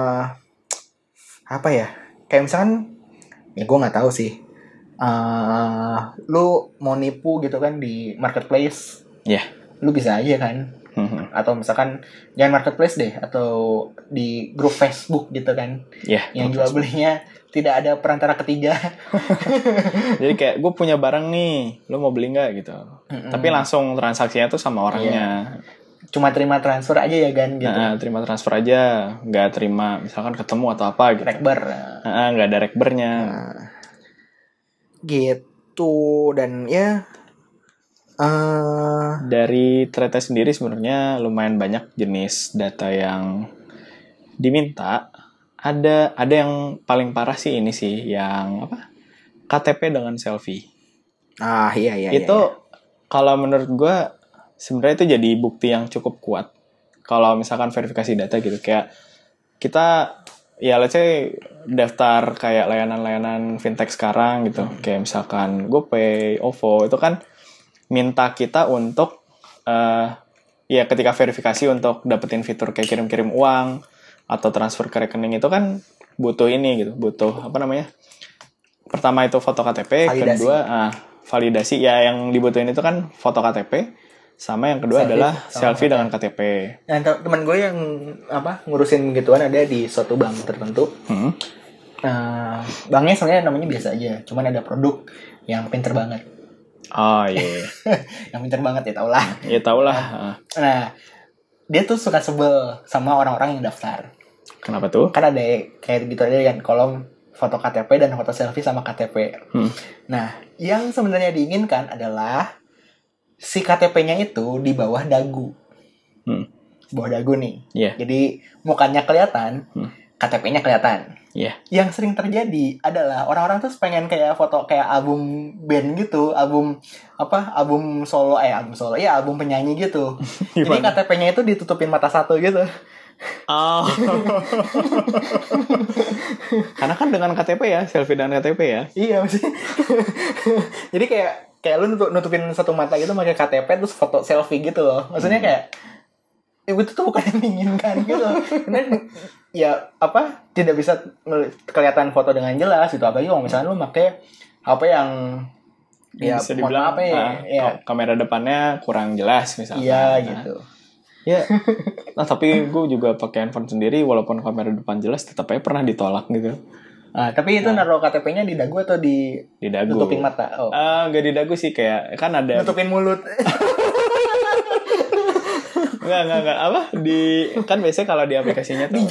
apa ya? Kayak misalkan ya gue nggak tahu sih. Lu mau nipu gitu kan di marketplace. Ya. Yeah. Lu bisa aja kan. Atau misalkan jangan marketplace deh, atau di grup Facebook gitu kan. Yeah, yang jual belinya tidak ada perantara ketiga. Jadi kayak gue punya barang nih, lu mau beli nggak gitu. Tapi langsung transaksinya tuh sama orangnya. Cuma terima transfer aja ya kan gitu. Terima transfer aja, nggak terima misalkan ketemu atau apa gitu. Rekber. Nggak ada rekbernya. Gitu. Dan ya dari thread sendiri sebenarnya lumayan banyak jenis data yang diminta. Ada yang paling parah sih ini sih, yang apa? KTP dengan selfie. Iya. Itu kalau menurut gue sebenarnya itu jadi bukti yang cukup kuat. Kalau misalkan verifikasi data gitu, kayak kita ya let's say daftar kayak layanan-layanan fintech sekarang gitu. Kayak misalkan GoPay, OVO itu kan minta kita untuk ya ketika verifikasi untuk dapetin fitur kayak kirim-kirim uang atau transfer ke rekening itu kan butuh ini gitu, butuh apa namanya? Pertama itu foto KTP, validasi. Kedua validasi ya, yang dibutuhin itu kan foto KTP, sama yang kedua adalah selfie dengan KTP. Nah, teman gue yang ngurusin gituan ada di suatu bank tertentu. Banknya sebenarnya namanya biasa aja, cuman ada produk yang pinter banget. Oh iya. Yang pinter banget ya tau lah. Ya tau lah. Nah, dia tuh suka sebel sama orang-orang yang daftar. Kenapa tuh? Kan ada kayak gitu aja kan, kolom foto KTP dan foto selfie sama KTP. Nah, yang sebenarnya diinginkan adalah si KTP-nya itu di bawah dagu. Bawah dagu nih. Yeah. Jadi mukanya kelihatan, KTP-nya kelihatan. Yeah. Yang sering terjadi adalah orang-orang tuh pengen kayak foto kayak album band gitu, album solo, album penyanyi gitu. Jadi KTP-nya itu ditutupin mata satu gitu. Karena kan dengan KTP ya, selfie dengan KTP ya. Iya maksudnya. Jadi kayak lu nutupin satu mata gitu pakai KTP terus foto selfie gitu loh. Maksudnya kayak itu tuh bukan yang diinginkan gitu. Karena ya tidak bisa kelihatan foto dengan jelas gitu. Apalagi kalau misalnya lu pakai HP yang ya bisa dibilang kamera depannya kurang jelas misalnya. Iya gitu. Ya. Nah tapi gue juga pakai handphone sendiri, walaupun kamera depan jelas tetap aja pernah ditolak gitu. Tapi itu naruh KTP-nya di dagu atau di dagu? Nutupin mata. Nggak di dagu sih, kayak kan ada nutupin mulut. Enggak kan biasanya kalau di aplikasinya tuh di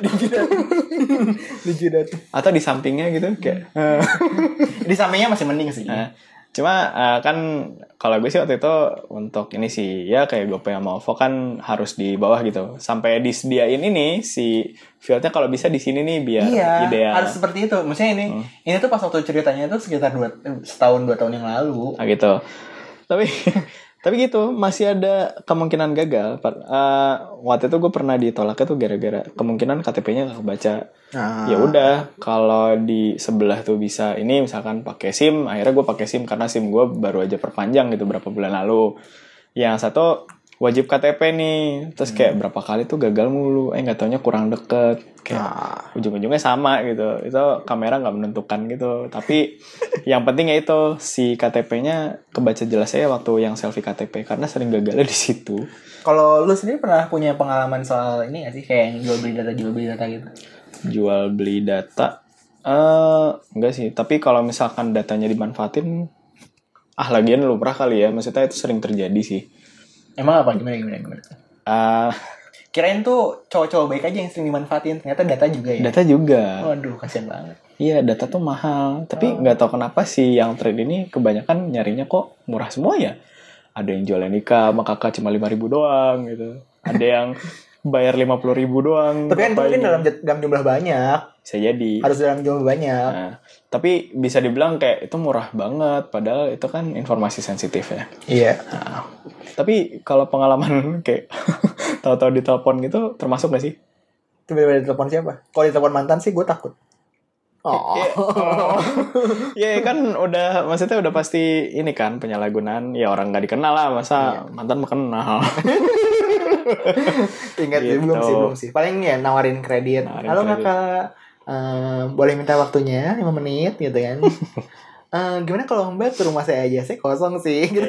jidat atau di sampingnya gitu kayak. Di sampingnya masih mending sih. Cuma kan kalau gue sih waktu itu untuk ini sih ya kayak GoPay sama OVO kan harus di bawah gitu. Sampai disediain ini si fieldnya kalau bisa di sini nih biar ideal. Harus seperti itu. Maksudnya ini tuh pas waktu ceritanya itu sekitar 2 tahun yang lalu. Gitu. Tapi gitu masih ada kemungkinan gagal. Waktu itu gue pernah ditolaknya tuh gara-gara kemungkinan KTP-nya nggak kebaca. Ya udah, kalau di sebelah tuh bisa ini misalkan pakai SIM, akhirnya gue pakai SIM karena SIM gue baru aja perpanjang gitu berapa bulan lalu. Yang satu wajib KTP nih, terus kayak berapa kali tuh gagal mulu, nggak taunya kurang deket, kayak ujung-ujungnya sama gitu. Itu kamera nggak menentukan gitu, tapi yang penting ya itu si KTP-nya kebaca jelas ya waktu yang selfie KTP, karena sering gagalnya di situ. Kalau lu sendiri pernah punya pengalaman soal ini nggak sih, kayak yang jual beli data gitu? Jual beli data, enggak sih. Tapi kalau misalkan datanya dimanfaatin, lagian lu pernah kali ya, maksudnya itu sering terjadi sih. Emang apa? Gimana? Kirain tuh cowok-cowok baik aja yang sering dimanfaatin, ternyata data juga ya? Data juga. Waduh, kasian banget. Iya, data tuh mahal. Tapi nggak tahu kenapa sih yang trade ini kebanyakan nyarinya kok murah semua ya. Ada yang jualan nikah sama kakak cuma 5.000 doang gitu. Ada yang bayar 50.000 doang. Tapi kan itu mungkin dalam jumlah banyak. Bisa jadi. Harus dalam jumlah banyak. Nah, tapi bisa dibilang kayak itu murah banget, padahal itu kan informasi sensitif ya. Iya. Nah, tapi kalau pengalaman kayak tahu-tahu ditelepon gitu termasuk gak sih? Tiba-tiba ditelepon siapa? Kalau ditelepon mantan sih gue takut. Iya kan udah, maksudnya udah pasti ini kan penyalahgunaan. Ya orang gak dikenal lah, masa mantan mah kenal. Ingat gitu. belum sih. Paling ya nawarin kredit. Halo kakak, boleh minta waktunya 5 menit gitu kan. Gimana kalau Mbak ke rumah saya aja, saya kosong sih gitu.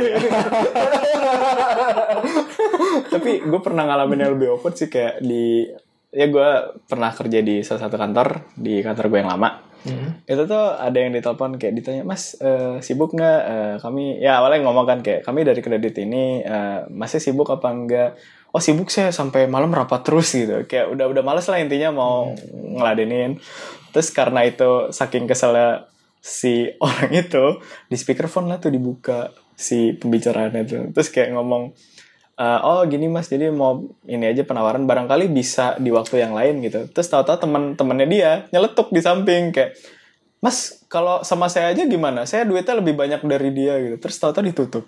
Tapi gue pernah ngalamin yang lebih awkward sih, kayak gue pernah kerja di salah satu kantor, di kantor gue yang lama. Itu tuh ada yang ditelepon kayak ditanya, Mas sibuk nggak? Kami ya awalnya ngomong kan kayak kami dari kredit ini, masih sibuk apa enggak? Oh sibuk, saya sampai malam rapat terus gitu. Kayak udah males lah intinya mau ngeladenin. Terus karena itu saking keselnya si orang itu, di speakerphone lah tuh dibuka si pembicaraannya tuh. Terus kayak ngomong, oh gini Mas, jadi mau ini aja penawaran, barangkali bisa di waktu yang lain gitu. Terus tahu-tahu teman-temannya dia nyeletuk di samping kayak, Mas kalau sama saya aja gimana? Saya duitnya lebih banyak dari dia gitu. Terus tahu-tahu ditutup.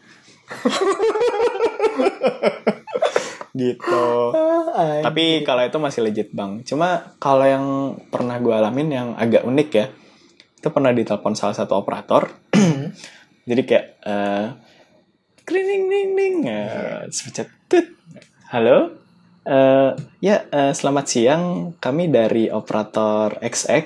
Gitu. Tapi kalau itu masih legit bang. Cuma kalau yang pernah gue alamin yang agak unik ya, itu pernah ditelepon salah satu operator. Jadi kayak kring ding ding, sepecat tut. Halo, selamat siang, kami dari operator XX.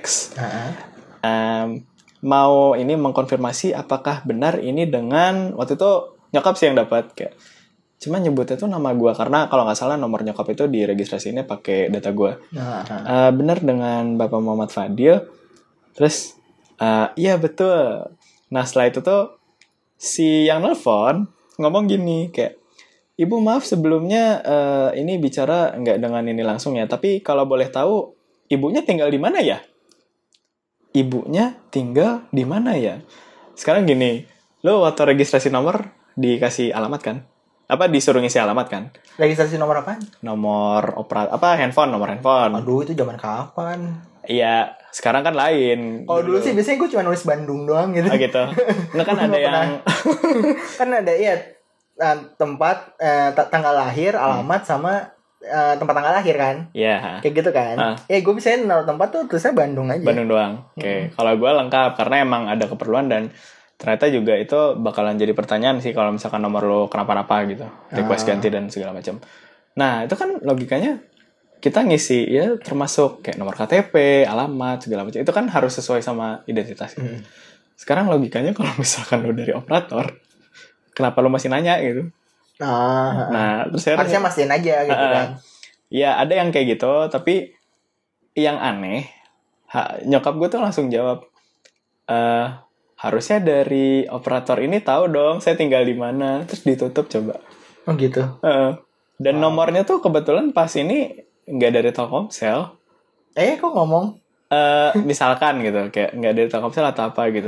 Mau ini mengkonfirmasi apakah benar ini dengan, waktu itu nyokap sih yang dapat, kayak cuma nyebutnya tuh nama gue, karena kalau nggak salah nomor nyokap itu diregistrasinya pakai data gue. Benar dengan Bapak Muhammad Fadil. Terus iya betul. Nah setelah itu tuh si yang nelfon ngomong gini kayak, Ibu maaf sebelumnya ini bicara nggak dengan ini langsung ya, tapi kalau boleh tahu ibunya tinggal di mana ya? Ibunya tinggal di mana ya? Sekarang gini, lo waktu registrasi nomor dikasih alamat kan? Apa disuruh ngisi alamat kan? Registrasi nomor apa? Nomor nomor handphone. Aduh itu zaman kapan? Iya, sekarang kan lain. Kalau dulu sih biasanya gue cuma nulis Bandung doang gitu. Oh gitu. Nggak kan ada yang kan ada ya tempat, tanggal lahir, alamat sama tempat tanggal lahir kan? Iya. Kayak gitu kan? Gue bisa naruh tempat tuh tulisnya Bandung aja. Bandung doang. Oke. Kalau gue lengkap karena emang ada keperluan dan ternyata juga itu bakalan jadi pertanyaan sih kalau misalkan nomor lo kenapa-napa gitu, request ganti dan segala macam. Nah itu kan logikanya kita ngisi ya termasuk kayak nomor KTP, alamat segala macam, itu kan harus sesuai sama identitas. Sekarang logikanya kalau misalkan lo dari operator, kenapa lo masih nanya gitu? Nah terus harusnya mastiin aja gitu kan? Ya ada yang kayak gitu, tapi yang aneh, nyokap gue tuh langsung jawab, harusnya dari operator ini tahu dong saya tinggal di mana. Terus ditutup coba. Oh gitu. Dan nomornya tuh kebetulan pas ini nggak dari Telkomsel. Kok ngomong? Misalkan gitu, kayak nggak dari Telkomsel atau apa gitu.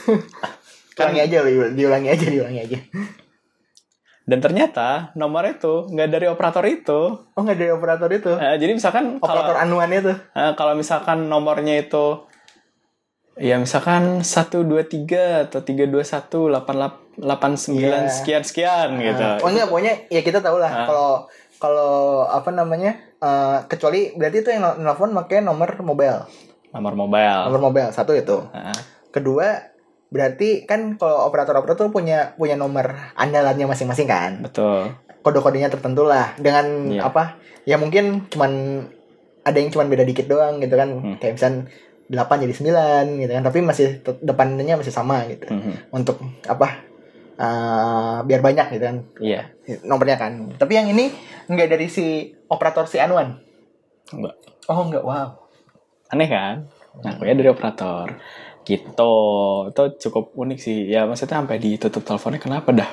Diulangi aja. Dan ternyata nomor itu nggak dari operator itu. Oh nggak dari operator itu. Jadi misalkan operator anuannya tuh. Kalau misalkan nomornya itu ya misalkan 123 atau 321 889 sekian gitu. Pokoknya ya kita tahu lah kalau apa namanya, kecuali berarti itu yang nelfon pakai nomor mobile. Nomor mobile. Satu itu. Kedua Berarti kan kalau operator-operator tuh punya nomor andalannya masing-masing kan. Betul. Kode-kodenya tertentu lah dengan Iya. apa? Ya mungkin cuman ada yang cuman beda dikit doang gitu kan. Kayak misal 8 jadi 9 gitu kan. Tapi masih depannya masih sama gitu. Untuk apa? Biar banyak gitu kan. Iya. Nomornya kan. Tapi yang ini enggak dari si operator si Anuan. Enggak. Oh enggak, wow. Aneh kan? Ngakunya dari operator. Gitu. Itu cukup unik sih. Ya maksudnya sampai ditutup teleponnya kenapa dah?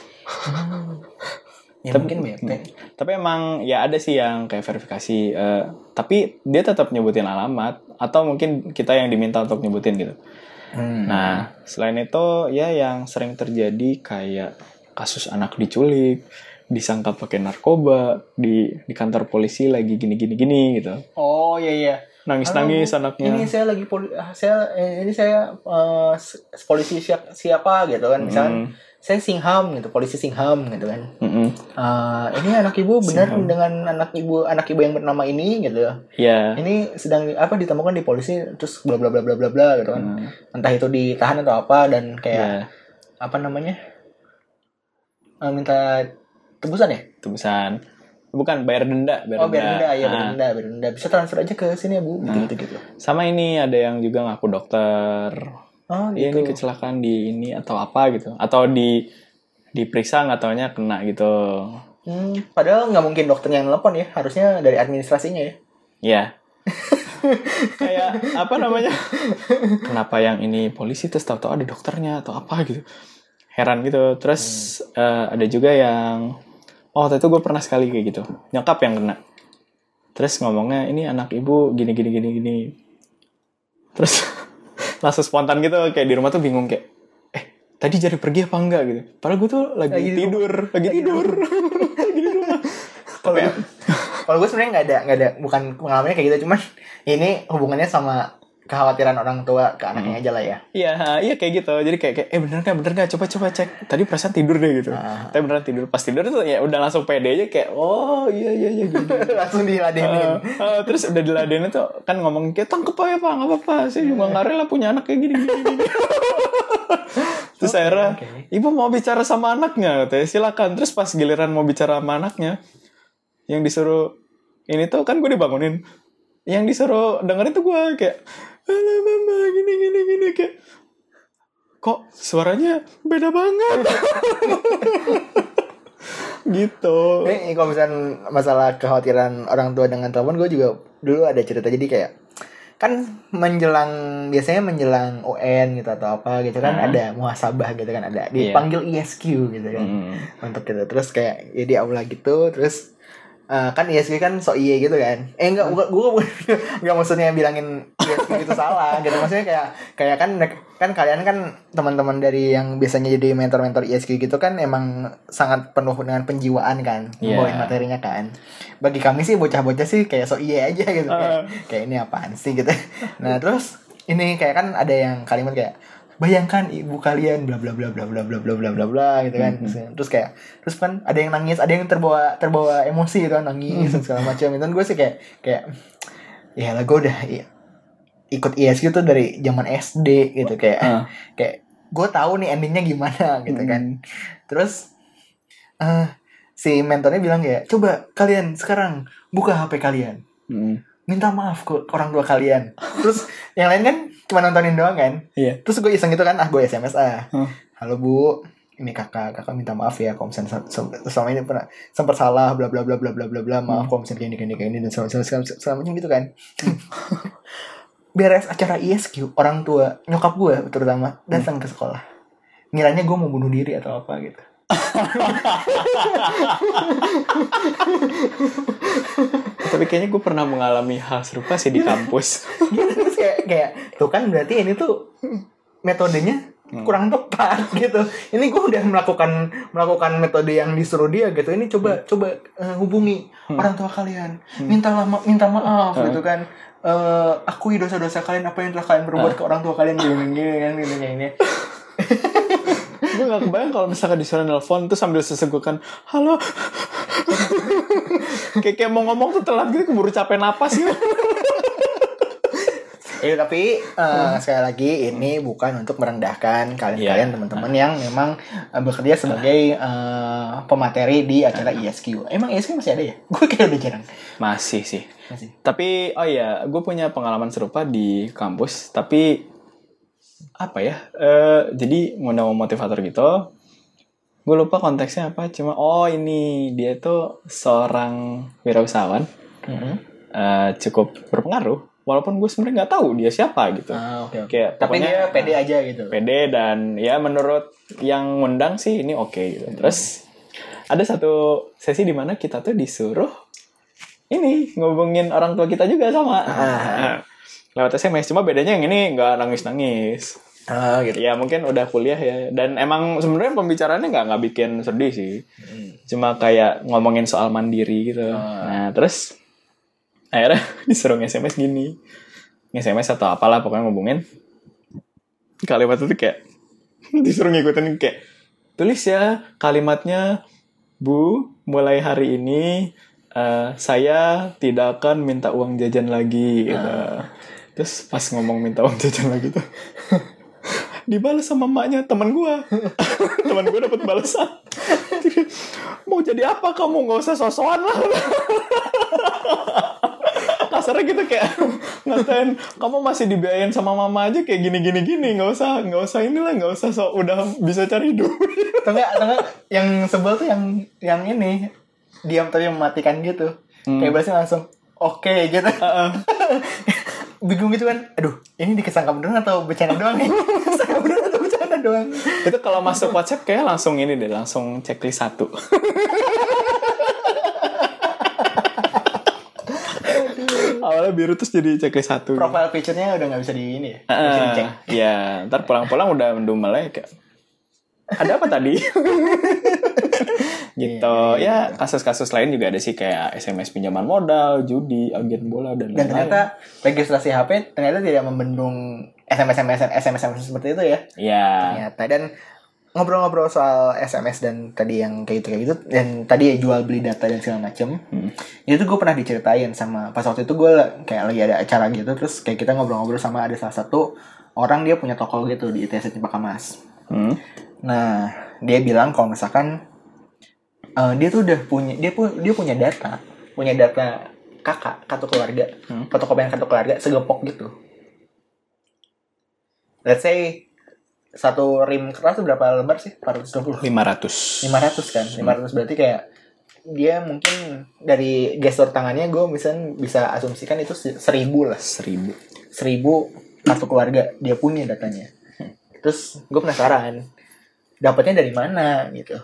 Ya mungkin bete. Tapi emang ya ada sih yang kayak verifikasi. Tapi dia tetap nyebutin alamat. Atau mungkin kita yang diminta untuk nyebutin gitu. Nah, selain itu ya yang sering terjadi kayak kasus anak diculik, disangka pakai narkoba, di kantor polisi lagi gini gitu. Oh iya. Nangis anaknya. Ini saya lagi polisi siapa gitu kan. Misalnya saya Singham gitu, polisi Singham gitu kan. Ini anak ibu benar Singham. dengan anak ibu yang bernama ini gitu. Iya. Ini sedang ditemukan di polisi terus bla bla bla bla bla bla gitu kan. Entah itu ditahan atau apa dan kayak apa namanya? Minta tebusan ya? Tebusan. Bukan, bayar denda. Bayar denda. Bisa transfer aja ke sini ya, Bu. Gitu. Sama ini ada yang juga ngaku dokter. Oh, gitu. Ini kecelakaan di ini atau apa gitu. Atau diperiksa nggak taunya kena gitu. Padahal nggak mungkin dokternya yang nelpon ya. Harusnya dari administrasinya ya. Iya. Kayak apa namanya? Kenapa yang ini polisi terus tahu-tahu ada dokternya atau apa gitu. Heran gitu. Terus ada juga yang waktu itu gue pernah sekali kayak gitu. Nyokap yang kena. Terus ngomongnya ini anak ibu gini. Terus langsung spontan gitu kayak di rumah tuh bingung kayak tadi jadi pergi apa enggak gitu. Padahal gue tuh lagi tidur. Lagi di rumah. Kalau gue sebenarnya nggak ada bukan pengalamannya kayak gitu, cuman ini hubungannya sama kekhawatiran orang tua ke anaknya aja lah ya. Iya kayak gitu. Jadi kayak bener nggak coba cek. Tadi perasaan tidur deh gitu. Tapi beneran tidur. Pas tidur tuh ya udah langsung pede aja kayak oh iya gitu. Langsung diladenin. Terus udah diladenin tuh kan ngomong kayak tangkep aja Pak, nggak apa-apa. Saya juga nggak rela punya anak kayak gini. Terus akhirnya ibu mau bicara sama anaknya katanya silakan. Terus pas giliran mau bicara sama anaknya yang disuruh ini tuh kan gue dibangunin. Yang disuruh dengerin tuh gue kayak halo mama gini kayak kok suaranya beda banget. Gitu. Ini kalau misalnya masalah kekhawatiran orang tua dengan telepon, gue juga dulu ada cerita. Jadi kayak kan biasanya menjelang UN gitu atau apa gitu kan ada muhasabah gitu kan, ada dipanggil ISQ gitu kan untuk gitu. Terus kayak ya di aula gitu terus kan ISQ kan so iye gitu kan. Enggak maksudnya bilangin ISQ gitu salah gitu. Maksudnya kayak kan kalian kan teman-teman dari yang biasanya jadi mentor-mentor ISQ gitu kan emang sangat penuh dengan penjiwaan kan bawain materinya kan. Bagi kami sih bocah-bocah sih kayak so iye aja gitu kayak ini apaan sih gitu. Nah, terus ini kayak kan ada yang kalimat kayak bayangkan ibu kalian bla bla bla bla bla bla bla bla bla bla gitu kan. Terus kan ada yang nangis, ada yang terbawa emosi gitu kan, nangis dan segala macam. Itu gue sih kayak ya lah gue udah ikut ISQ tuh dari zaman SD gitu kayak gue tahu nih endingnya gimana gitu kan. Terus si mentornya bilang kayak coba kalian sekarang buka HP kalian. Minta maaf ke orang tua kalian. Terus yang lain kan cuma nontonin doang kan. Terus gue iseng gitu kan, gue SMS halo Bu, ini kakak minta maaf ya kalau misalnya selama ini pernah sempat salah bla bla bla bla bla bla bla, maaf kalau misalnya gini dan selama gitu kan. Beres acara ISQ, orang tua nyokap gue terutama datang ke sekolah, ngiranya gue mau bunuh diri atau apa gitu. Tapi kayaknya gue pernah mengalami hal serupa sih di kampus. Terus kayak tuh kan berarti ini tuh metodenya kurang tepat gitu. Ini gue udah melakukan metode yang disuruh dia gitu. Ini coba hubungi orang tua kalian, minta maaf gitu kan. Akui dosa-dosa kalian, apa yang telah kalian berbuat ke orang tua kalian gini. Gue gak kebayang kalau misalkan disuruh nelfon tuh sambil sesegukan halo. Kayak mau ngomong tuh telat gitu, keburu capek napas gitu. Ya, tapi sekali lagi ini bukan untuk merendahkan kalian-kalian teman-teman yang memang bekerja sebagai pemateri di acara ISQ. Emang ISQ masih ada ya? Gue kayak udah jarang. Masih sih. Masih. Tapi gue punya pengalaman serupa di kampus. Tapi apa ya? Jadi ngundang motivator gitu. Gue lupa konteksnya apa. Cuma ini dia tuh seorang wirausahawan. Cukup berpengaruh. Walaupun gue sebenarnya nggak tahu dia siapa gitu. Okay. Kayak tapi dia pede aja gitu. Pede dan ya menurut yang ngundang sih ini oke gitu. Terus ada satu sesi di mana kita tuh disuruh ini ngubungin orang tua kita juga sama. Lewat SMS. Cuma bedanya yang ini nggak nangis-nangis. Gitu. Ya mungkin udah kuliah ya. Dan emang sebenarnya pembicaraannya nggak bikin sedih sih. Cuma kayak ngomongin soal mandiri gitu. Nah terus akhirnya disuruh SMS gini. SMS atau apalah pokoknya ngomongin. Kalimat itu kayak disuruh ngikutin kayak tulis ya kalimatnya, Bu, mulai hari ini saya tidak akan minta uang jajan lagi gitu. Terus pas ngomong minta uang jajan lagi tuh dibalas sama emaknya teman gue. Teman gue dapat balasan. Mau jadi apa kamu, nggak usah sosokan lah. Kasarnya gitu kayak ngatain kamu masih dibiayain sama mama aja kayak gini nggak usah inilah, nggak usah udah bisa cari duit. Atau yang sebel tuh yang ini diam tapi mematikan gitu. Kayak balasnya langsung oke gitu. Bingung gitu kan. Aduh, ini dikesangka beneran atau bercanda doang nih? Kesangka beneran atau bercanda doang? Itu kalau masuk WhatsApp kayak langsung ini deh, langsung checklist 1. Awalnya biru terus jadi checklist 1. Profile picture-nya udah gak bisa di ini ya? Bisa dicek. Ya, ntar pulang-pulang udah mendumel aja kayak ada apa tadi? Gitu. Ya, kasus-kasus lain juga ada sih kayak SMS pinjaman modal, judi, agen bola dan lain-lain. Dan ternyata registrasi HP ternyata tidak membendung SMS seperti itu ya. Iya. Ternyata. Dan ngobrol-ngobrol soal SMS dan tadi yang kayak gitu dan tadi ya jual beli data dan segala macem. Itu gue pernah diceritain sama pas waktu itu gue kayak lagi ada acara gitu, terus kayak kita ngobrol-ngobrol sama ada salah satu orang, dia punya toko gitu di ITS Cempaka Mas. Nah, dia bilang kalau misalkan dia tuh udah punya data kartu keluarga, fotokopian kartu keluarga segepok gitu. Let's say satu rim kertas itu berapa lembar sih? 420. 500 kan. 500 berarti kayak dia mungkin dari gestur tangannya gue bisa asumsikan itu 1000 lah. 1000 kartu keluarga dia punya datanya. Terus gue penasaran dapatnya dari mana gitu.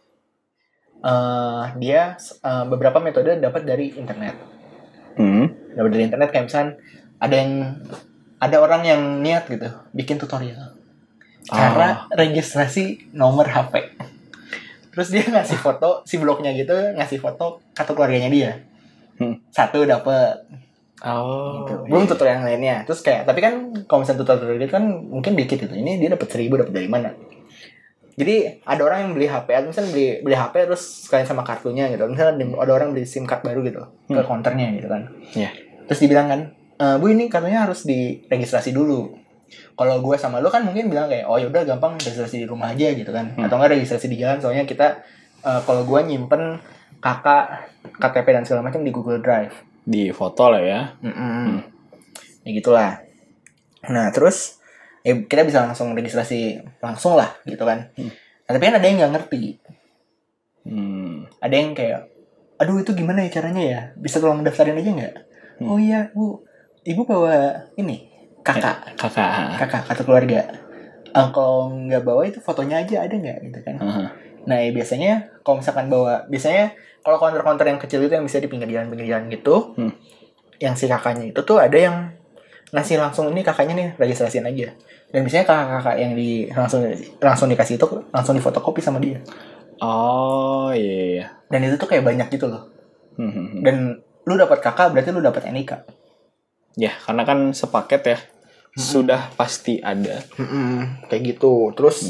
Dia beberapa metode dapat dari internet. Dapat dari internet kayak misalnya ada orang yang niat gitu bikin tutorial cara registrasi nomor HP. Terus dia ngasih foto si blognya gitu, ngasih foto kartu keluarganya dia. Satu dapet. Gitu. Belum tutorial yang lainnya. Terus kayak tapi kan kalau misalnya tutorial itu kan mungkin dikit gitu. Ini dia dapat 1000 dapat dari mana? Jadi ada orang yang beli HP, atau misalnya beli HP terus sekalian sama kartunya gitu. Misalnya ada orang beli SIM card baru gitu ke counternya gitu kan. Terus dibilang kan, Bu ini kartunya harus diregistrasi dulu. Kalau gue sama lo kan mungkin bilang kayak oh yaudah gampang registrasi di rumah aja gitu kan, atau enggak registrasi di jalan, soalnya kita kalau gue nyimpen kakak KTP dan segala macam di Google Drive, di foto lah ya. Ya gitulah. Nah terus kita bisa langsung registrasi langsung lah gitu kan. Nah, tapi kan ada yang nggak ngerti. Ada yang kayak aduh itu gimana ya caranya ya, bisa tolong daftarin aja nggak? Oh iya Bu, Ibu bawa ini kakak kartu keluarga. Kalau nggak bawa itu fotonya aja ada nggak gitu kan. Nah ya biasanya kalau misalkan bawa, biasanya kalau counter yang kecil itu yang bisa di pinggir jalan gitu, yang si kakaknya itu tuh ada yang ngasih langsung ini kakaknya nih registrasiin aja. Dan biasanya kakak yang langsung dikasih itu langsung difotokopi sama dia. Oh iya. Dan itu tuh kayak banyak gitu loh. Dan lu dapat kakak berarti lu dapat NIK. Ya karena kan sepaket ya. Sudah pasti ada. Kayak gitu. Terus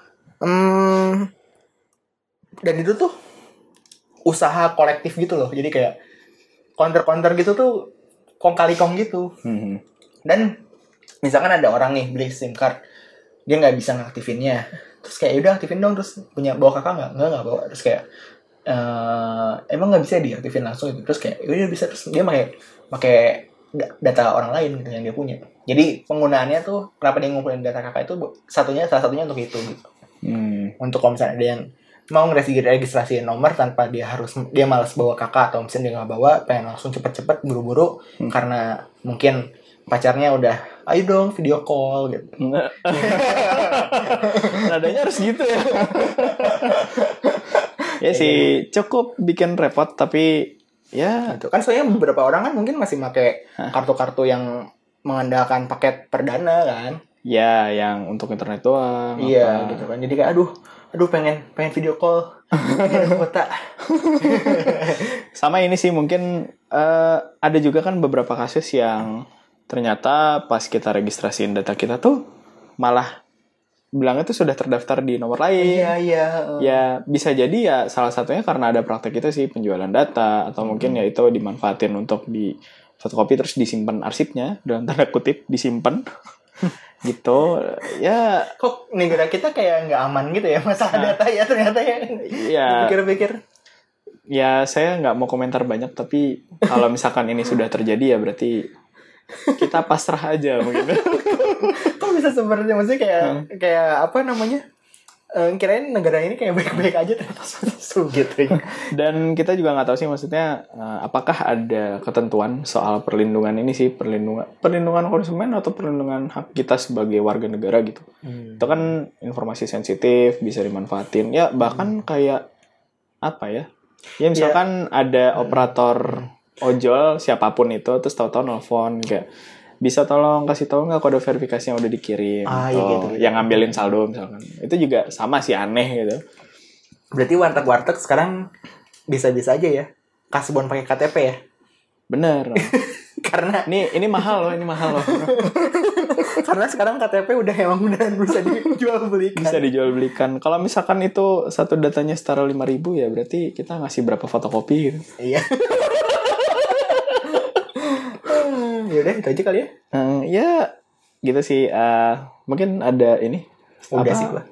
dan itu tuh usaha kolektif gitu loh. Jadi kayak counter gitu tuh kong kali kong gitu. Dan misalkan ada orang nih beli SIM card, dia nggak bisa ngaktifinnya, terus kayak udah aktifin dong, terus punya bawa kakak nggak bawa, terus kayak emang nggak bisa diaktifin langsung gitu, terus kayak udah bisa, terus dia pakai data orang lain gitu yang dia punya. Jadi penggunaannya tuh kenapa dia ngumpulin data kakak itu salah satunya untuk itu gitu. Untuk kalau misalnya ada yang mau registrasi nomor tanpa dia malas bawa kakak, atau misalnya dia nggak bawa, pengen langsung cepet-cepet buru-buru karena mungkin pacarnya udah ayo dong video call gitu. Nadanya harus gitu ya. Ya sih cukup bikin repot, tapi ya gitu kan. Soalnya beberapa orang kan mungkin masih pakai kartu-kartu yang mengandalkan paket perdana kan. Ya, yang untuk internet doang. Iya, gitu kan. Jadi kayak aduh pengen video call di kota. Sama ini sih mungkin ada juga kan beberapa kasus yang ternyata pas kita registrasiin data kita tuh malah bilangnya tuh sudah terdaftar di nomor lain. Iya. Ya bisa jadi ya salah satunya karena ada praktek itu sih, penjualan data, atau mungkin ya itu dimanfaatin untuk di fotokopi terus disimpan arsipnya, dalam tanda kutip disimpan. Gitu ya. Kok negara kita kayak nggak aman gitu ya masalah data ya ternyata ya. Pikir-pikir ya saya nggak mau komentar banyak, tapi kalau misalkan ini sudah terjadi ya berarti kita pasrah aja mungkin. Kok bisa seperti maksudnya kayak apa namanya, kirain negara ini kayak baik-baik aja ternyata sulit gitu. Dan kita juga nggak tahu sih maksudnya apakah ada ketentuan soal perlindungan ini sih, perlindungan konsumen atau perlindungan hak kita sebagai warga negara gitu. Itu kan informasi sensitif, bisa dimanfaatin ya, bahkan kayak apa ya misalkan ada operator ojol siapapun itu terus tahu-tahu nelfon kayak, bisa tolong kasih tahu nggak kode verifikasi yang udah dikirim, gitu. Yang ngambilin saldo misalkan, itu juga sama sih, aneh gitu. Berarti warteg sekarang bisa-bisa aja ya kasbon pakai KTP ya? Bener. Karena ini mahal loh. Karena sekarang KTP udah bisa dijual belikan. Kalau misalkan itu satu datanya setara 5.000 ya berarti kita ngasih berapa fotokopi gitu. Iya. Yaudah itu aja kali ya. Ya gitu sih. Mungkin ada ini. Udah sih lah.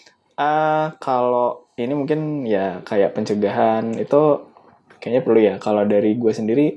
Kalau ini mungkin ya kayak pencegahan itu kayaknya perlu ya. Kalau dari gue sendiri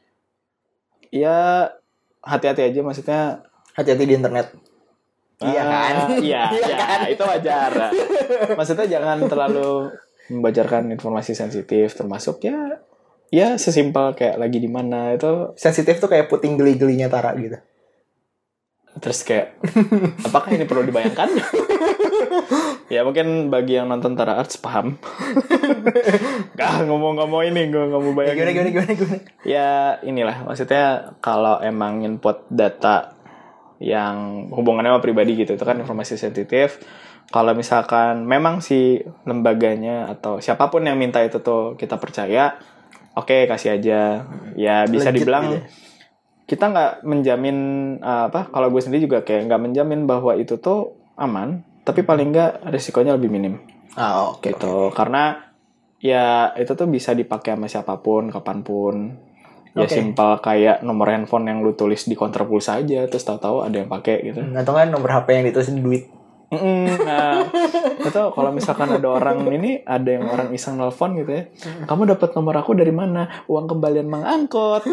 ya hati-hati aja, maksudnya hati-hati di internet. Iya kan? Iya kan? Itu wajar. Maksudnya jangan terlalu membacarkan informasi sensitif, termasuk ya sesimpel kayak lagi di mana itu. Sensitif tuh kayak puting geli-gelinya Tara gitu. Terus kayak apakah ini perlu dibayangkan? Ya mungkin bagi yang nonton Tara Arts paham. Gak ngomong ini, gue gak mau bayangin. Gimana? Ya inilah, maksudnya kalau emang input data yang hubungannya sama pribadi gitu, itu kan informasi sensitif. Kalau misalkan memang si lembaganya atau siapapun yang minta itu tuh kita percaya, oke, kasih aja. Ya bisa legit dibilang gitu. Kita nggak menjamin kalau gue sendiri juga kayak nggak menjamin bahwa itu tuh aman, tapi paling nggak risikonya lebih minim. Oke. Gitu. Karena ya itu tuh bisa dipakai sama siapapun, kapanpun. Ya simpel kayak nomor handphone yang lu tulis di konter pulsa aja, terus tahu-tahu ada yang pakai gitu. Atau kan nomor HP yang ditulisin duit. Nah, itu kalau misalkan ada orang iseng nelfon gitu ya, kamu dapat nomor aku dari mana? Uang kembalian Mang Angkot.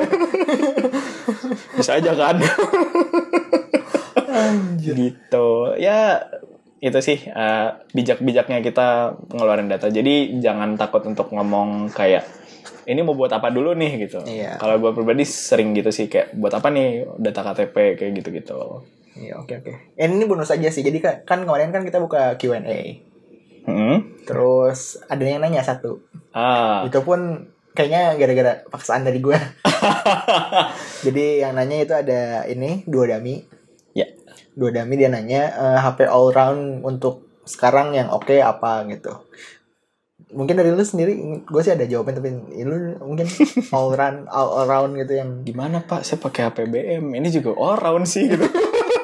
Bisa aja kan? Gitu. Ya itu sih bijak-bijaknya kita ngeluarin data. Jadi jangan takut untuk ngomong kayak ini mau buat apa dulu nih gitu. Iya. Kalau gue pribadi sering gitu sih, kayak buat apa nih data KTP kayak gitu-gitu. Iya, oke. Ini bonus aja sih. Jadi kan kemarin kan kita buka Q&A. Terus ada yang nanya satu. Itu pun kayaknya gara-gara paksaan dari gue. Jadi yang nanya itu ada ini 2 dami. Ya. 2 dami dia nanya HP all round untuk sekarang yang oke apa gitu. Mungkin dari lu sendiri, gue sih ada jawaban, tapi lu mungkin all round gitu yang gimana Pak? Saya pakai HP BM, ini juga all round sih gitu.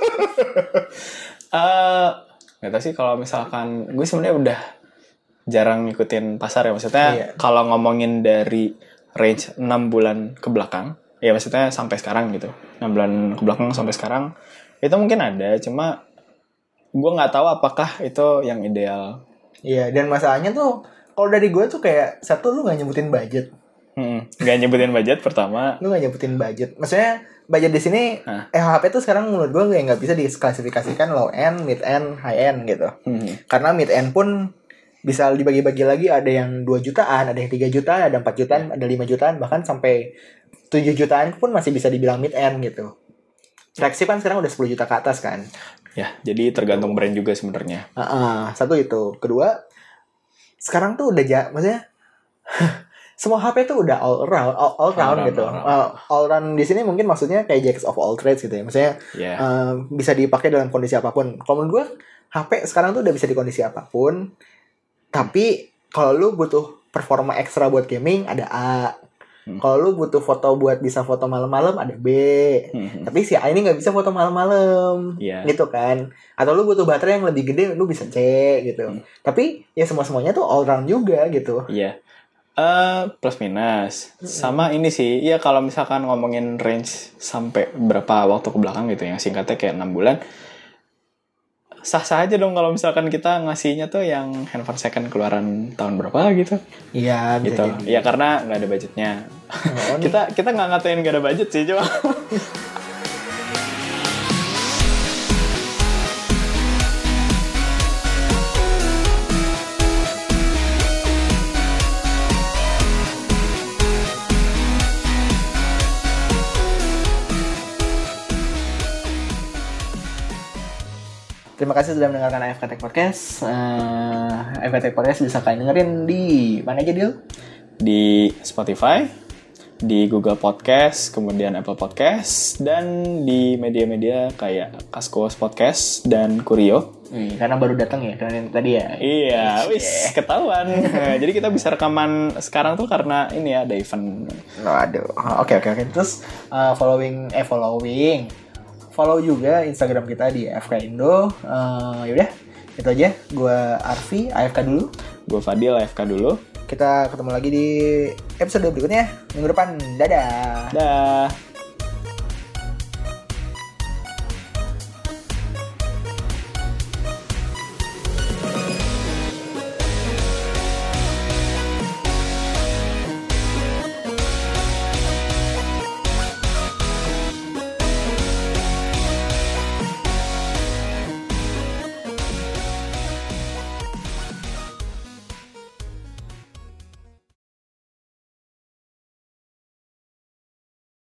Nggak tahu sih, kalau misalkan gue sebenarnya udah jarang ngikutin pasar ya, maksudnya kalau ngomongin dari range 6 bulan ke belakang, Ya maksudnya sampai sekarang gitu. 6 bulan kebelakang sampai sekarang itu mungkin ada, cuma gue nggak tahu apakah itu yang ideal. Iya, dan masalahnya tuh kalau dari gue tuh kayak satu, lu nggak nyebutin budget. Nggak nyebutin budget pertama. Lu nggak nyebutin budget. Maksudnya budget di sini HP tuh sekarang menurut gue nggak bisa diklasifikasikan low end, mid end, high end gitu. Karena mid end pun bisa dibagi-bagi lagi, ada yang 2 jutaan, ada yang 3 jutaan, ada 4 jutaan, ada 5 jutaan, bahkan sampai 7 jutaan pun masih bisa dibilang mid end gitu. Flagship kan sekarang udah 10 juta ke atas kan. Ya, jadi tergantung brand juga sebenarnya. Satu itu. Kedua, sekarang tuh udah maksudnya semua HP tuh udah all round gitu. All round di sini mungkin maksudnya kayak jacks of all trades gitu ya. Maksudnya bisa dipakai dalam kondisi apapun. Kalau menurut gue HP sekarang tuh udah bisa di kondisi apapun. Tapi kalau lu butuh performa ekstra buat gaming, ada A. Kalau lu butuh foto buat bisa foto malam-malam, ada B. Tapi si A ini nggak bisa foto malam-malam, gitu kan. Atau lu butuh baterai yang lebih gede, lu bisa C gitu. Tapi ya semuanya tuh all round juga gitu. Iya. Plus minus. Sama ini sih, ya kalau misalkan ngomongin range sampai berapa waktu ke belakang gitu, yang singkatnya kayak 6 bulan, sah-sah aja dong kalau misalkan kita ngasihnya tuh yang handphone second keluaran tahun berapa gitu. Iya, gitu. Ya karena nggak ada budgetnya. kita nggak ngatain nggak ada budget sih, cuma terima kasih sudah mendengarkan AFK Tech Podcast. AFK Tech Podcast bisa kalian dengerin di mana aja, Dil? Di Spotify, di Google Podcast, kemudian Apple Podcast, dan di media-media kayak Kaskus Podcast dan Kurio. Karena baru datang ya, karena tadi ya. Iya, wis ketahuan. Jadi kita bisa rekaman sekarang tuh karena ini ya, ada event. Aduh, oke. Terus follow juga Instagram kita di AFK Indo. Yaudah, itu aja. Gue Arfi, AFK dulu. Gue Fadil, AFK dulu. Kita ketemu lagi di episode berikutnya minggu depan. Dadah. Dah.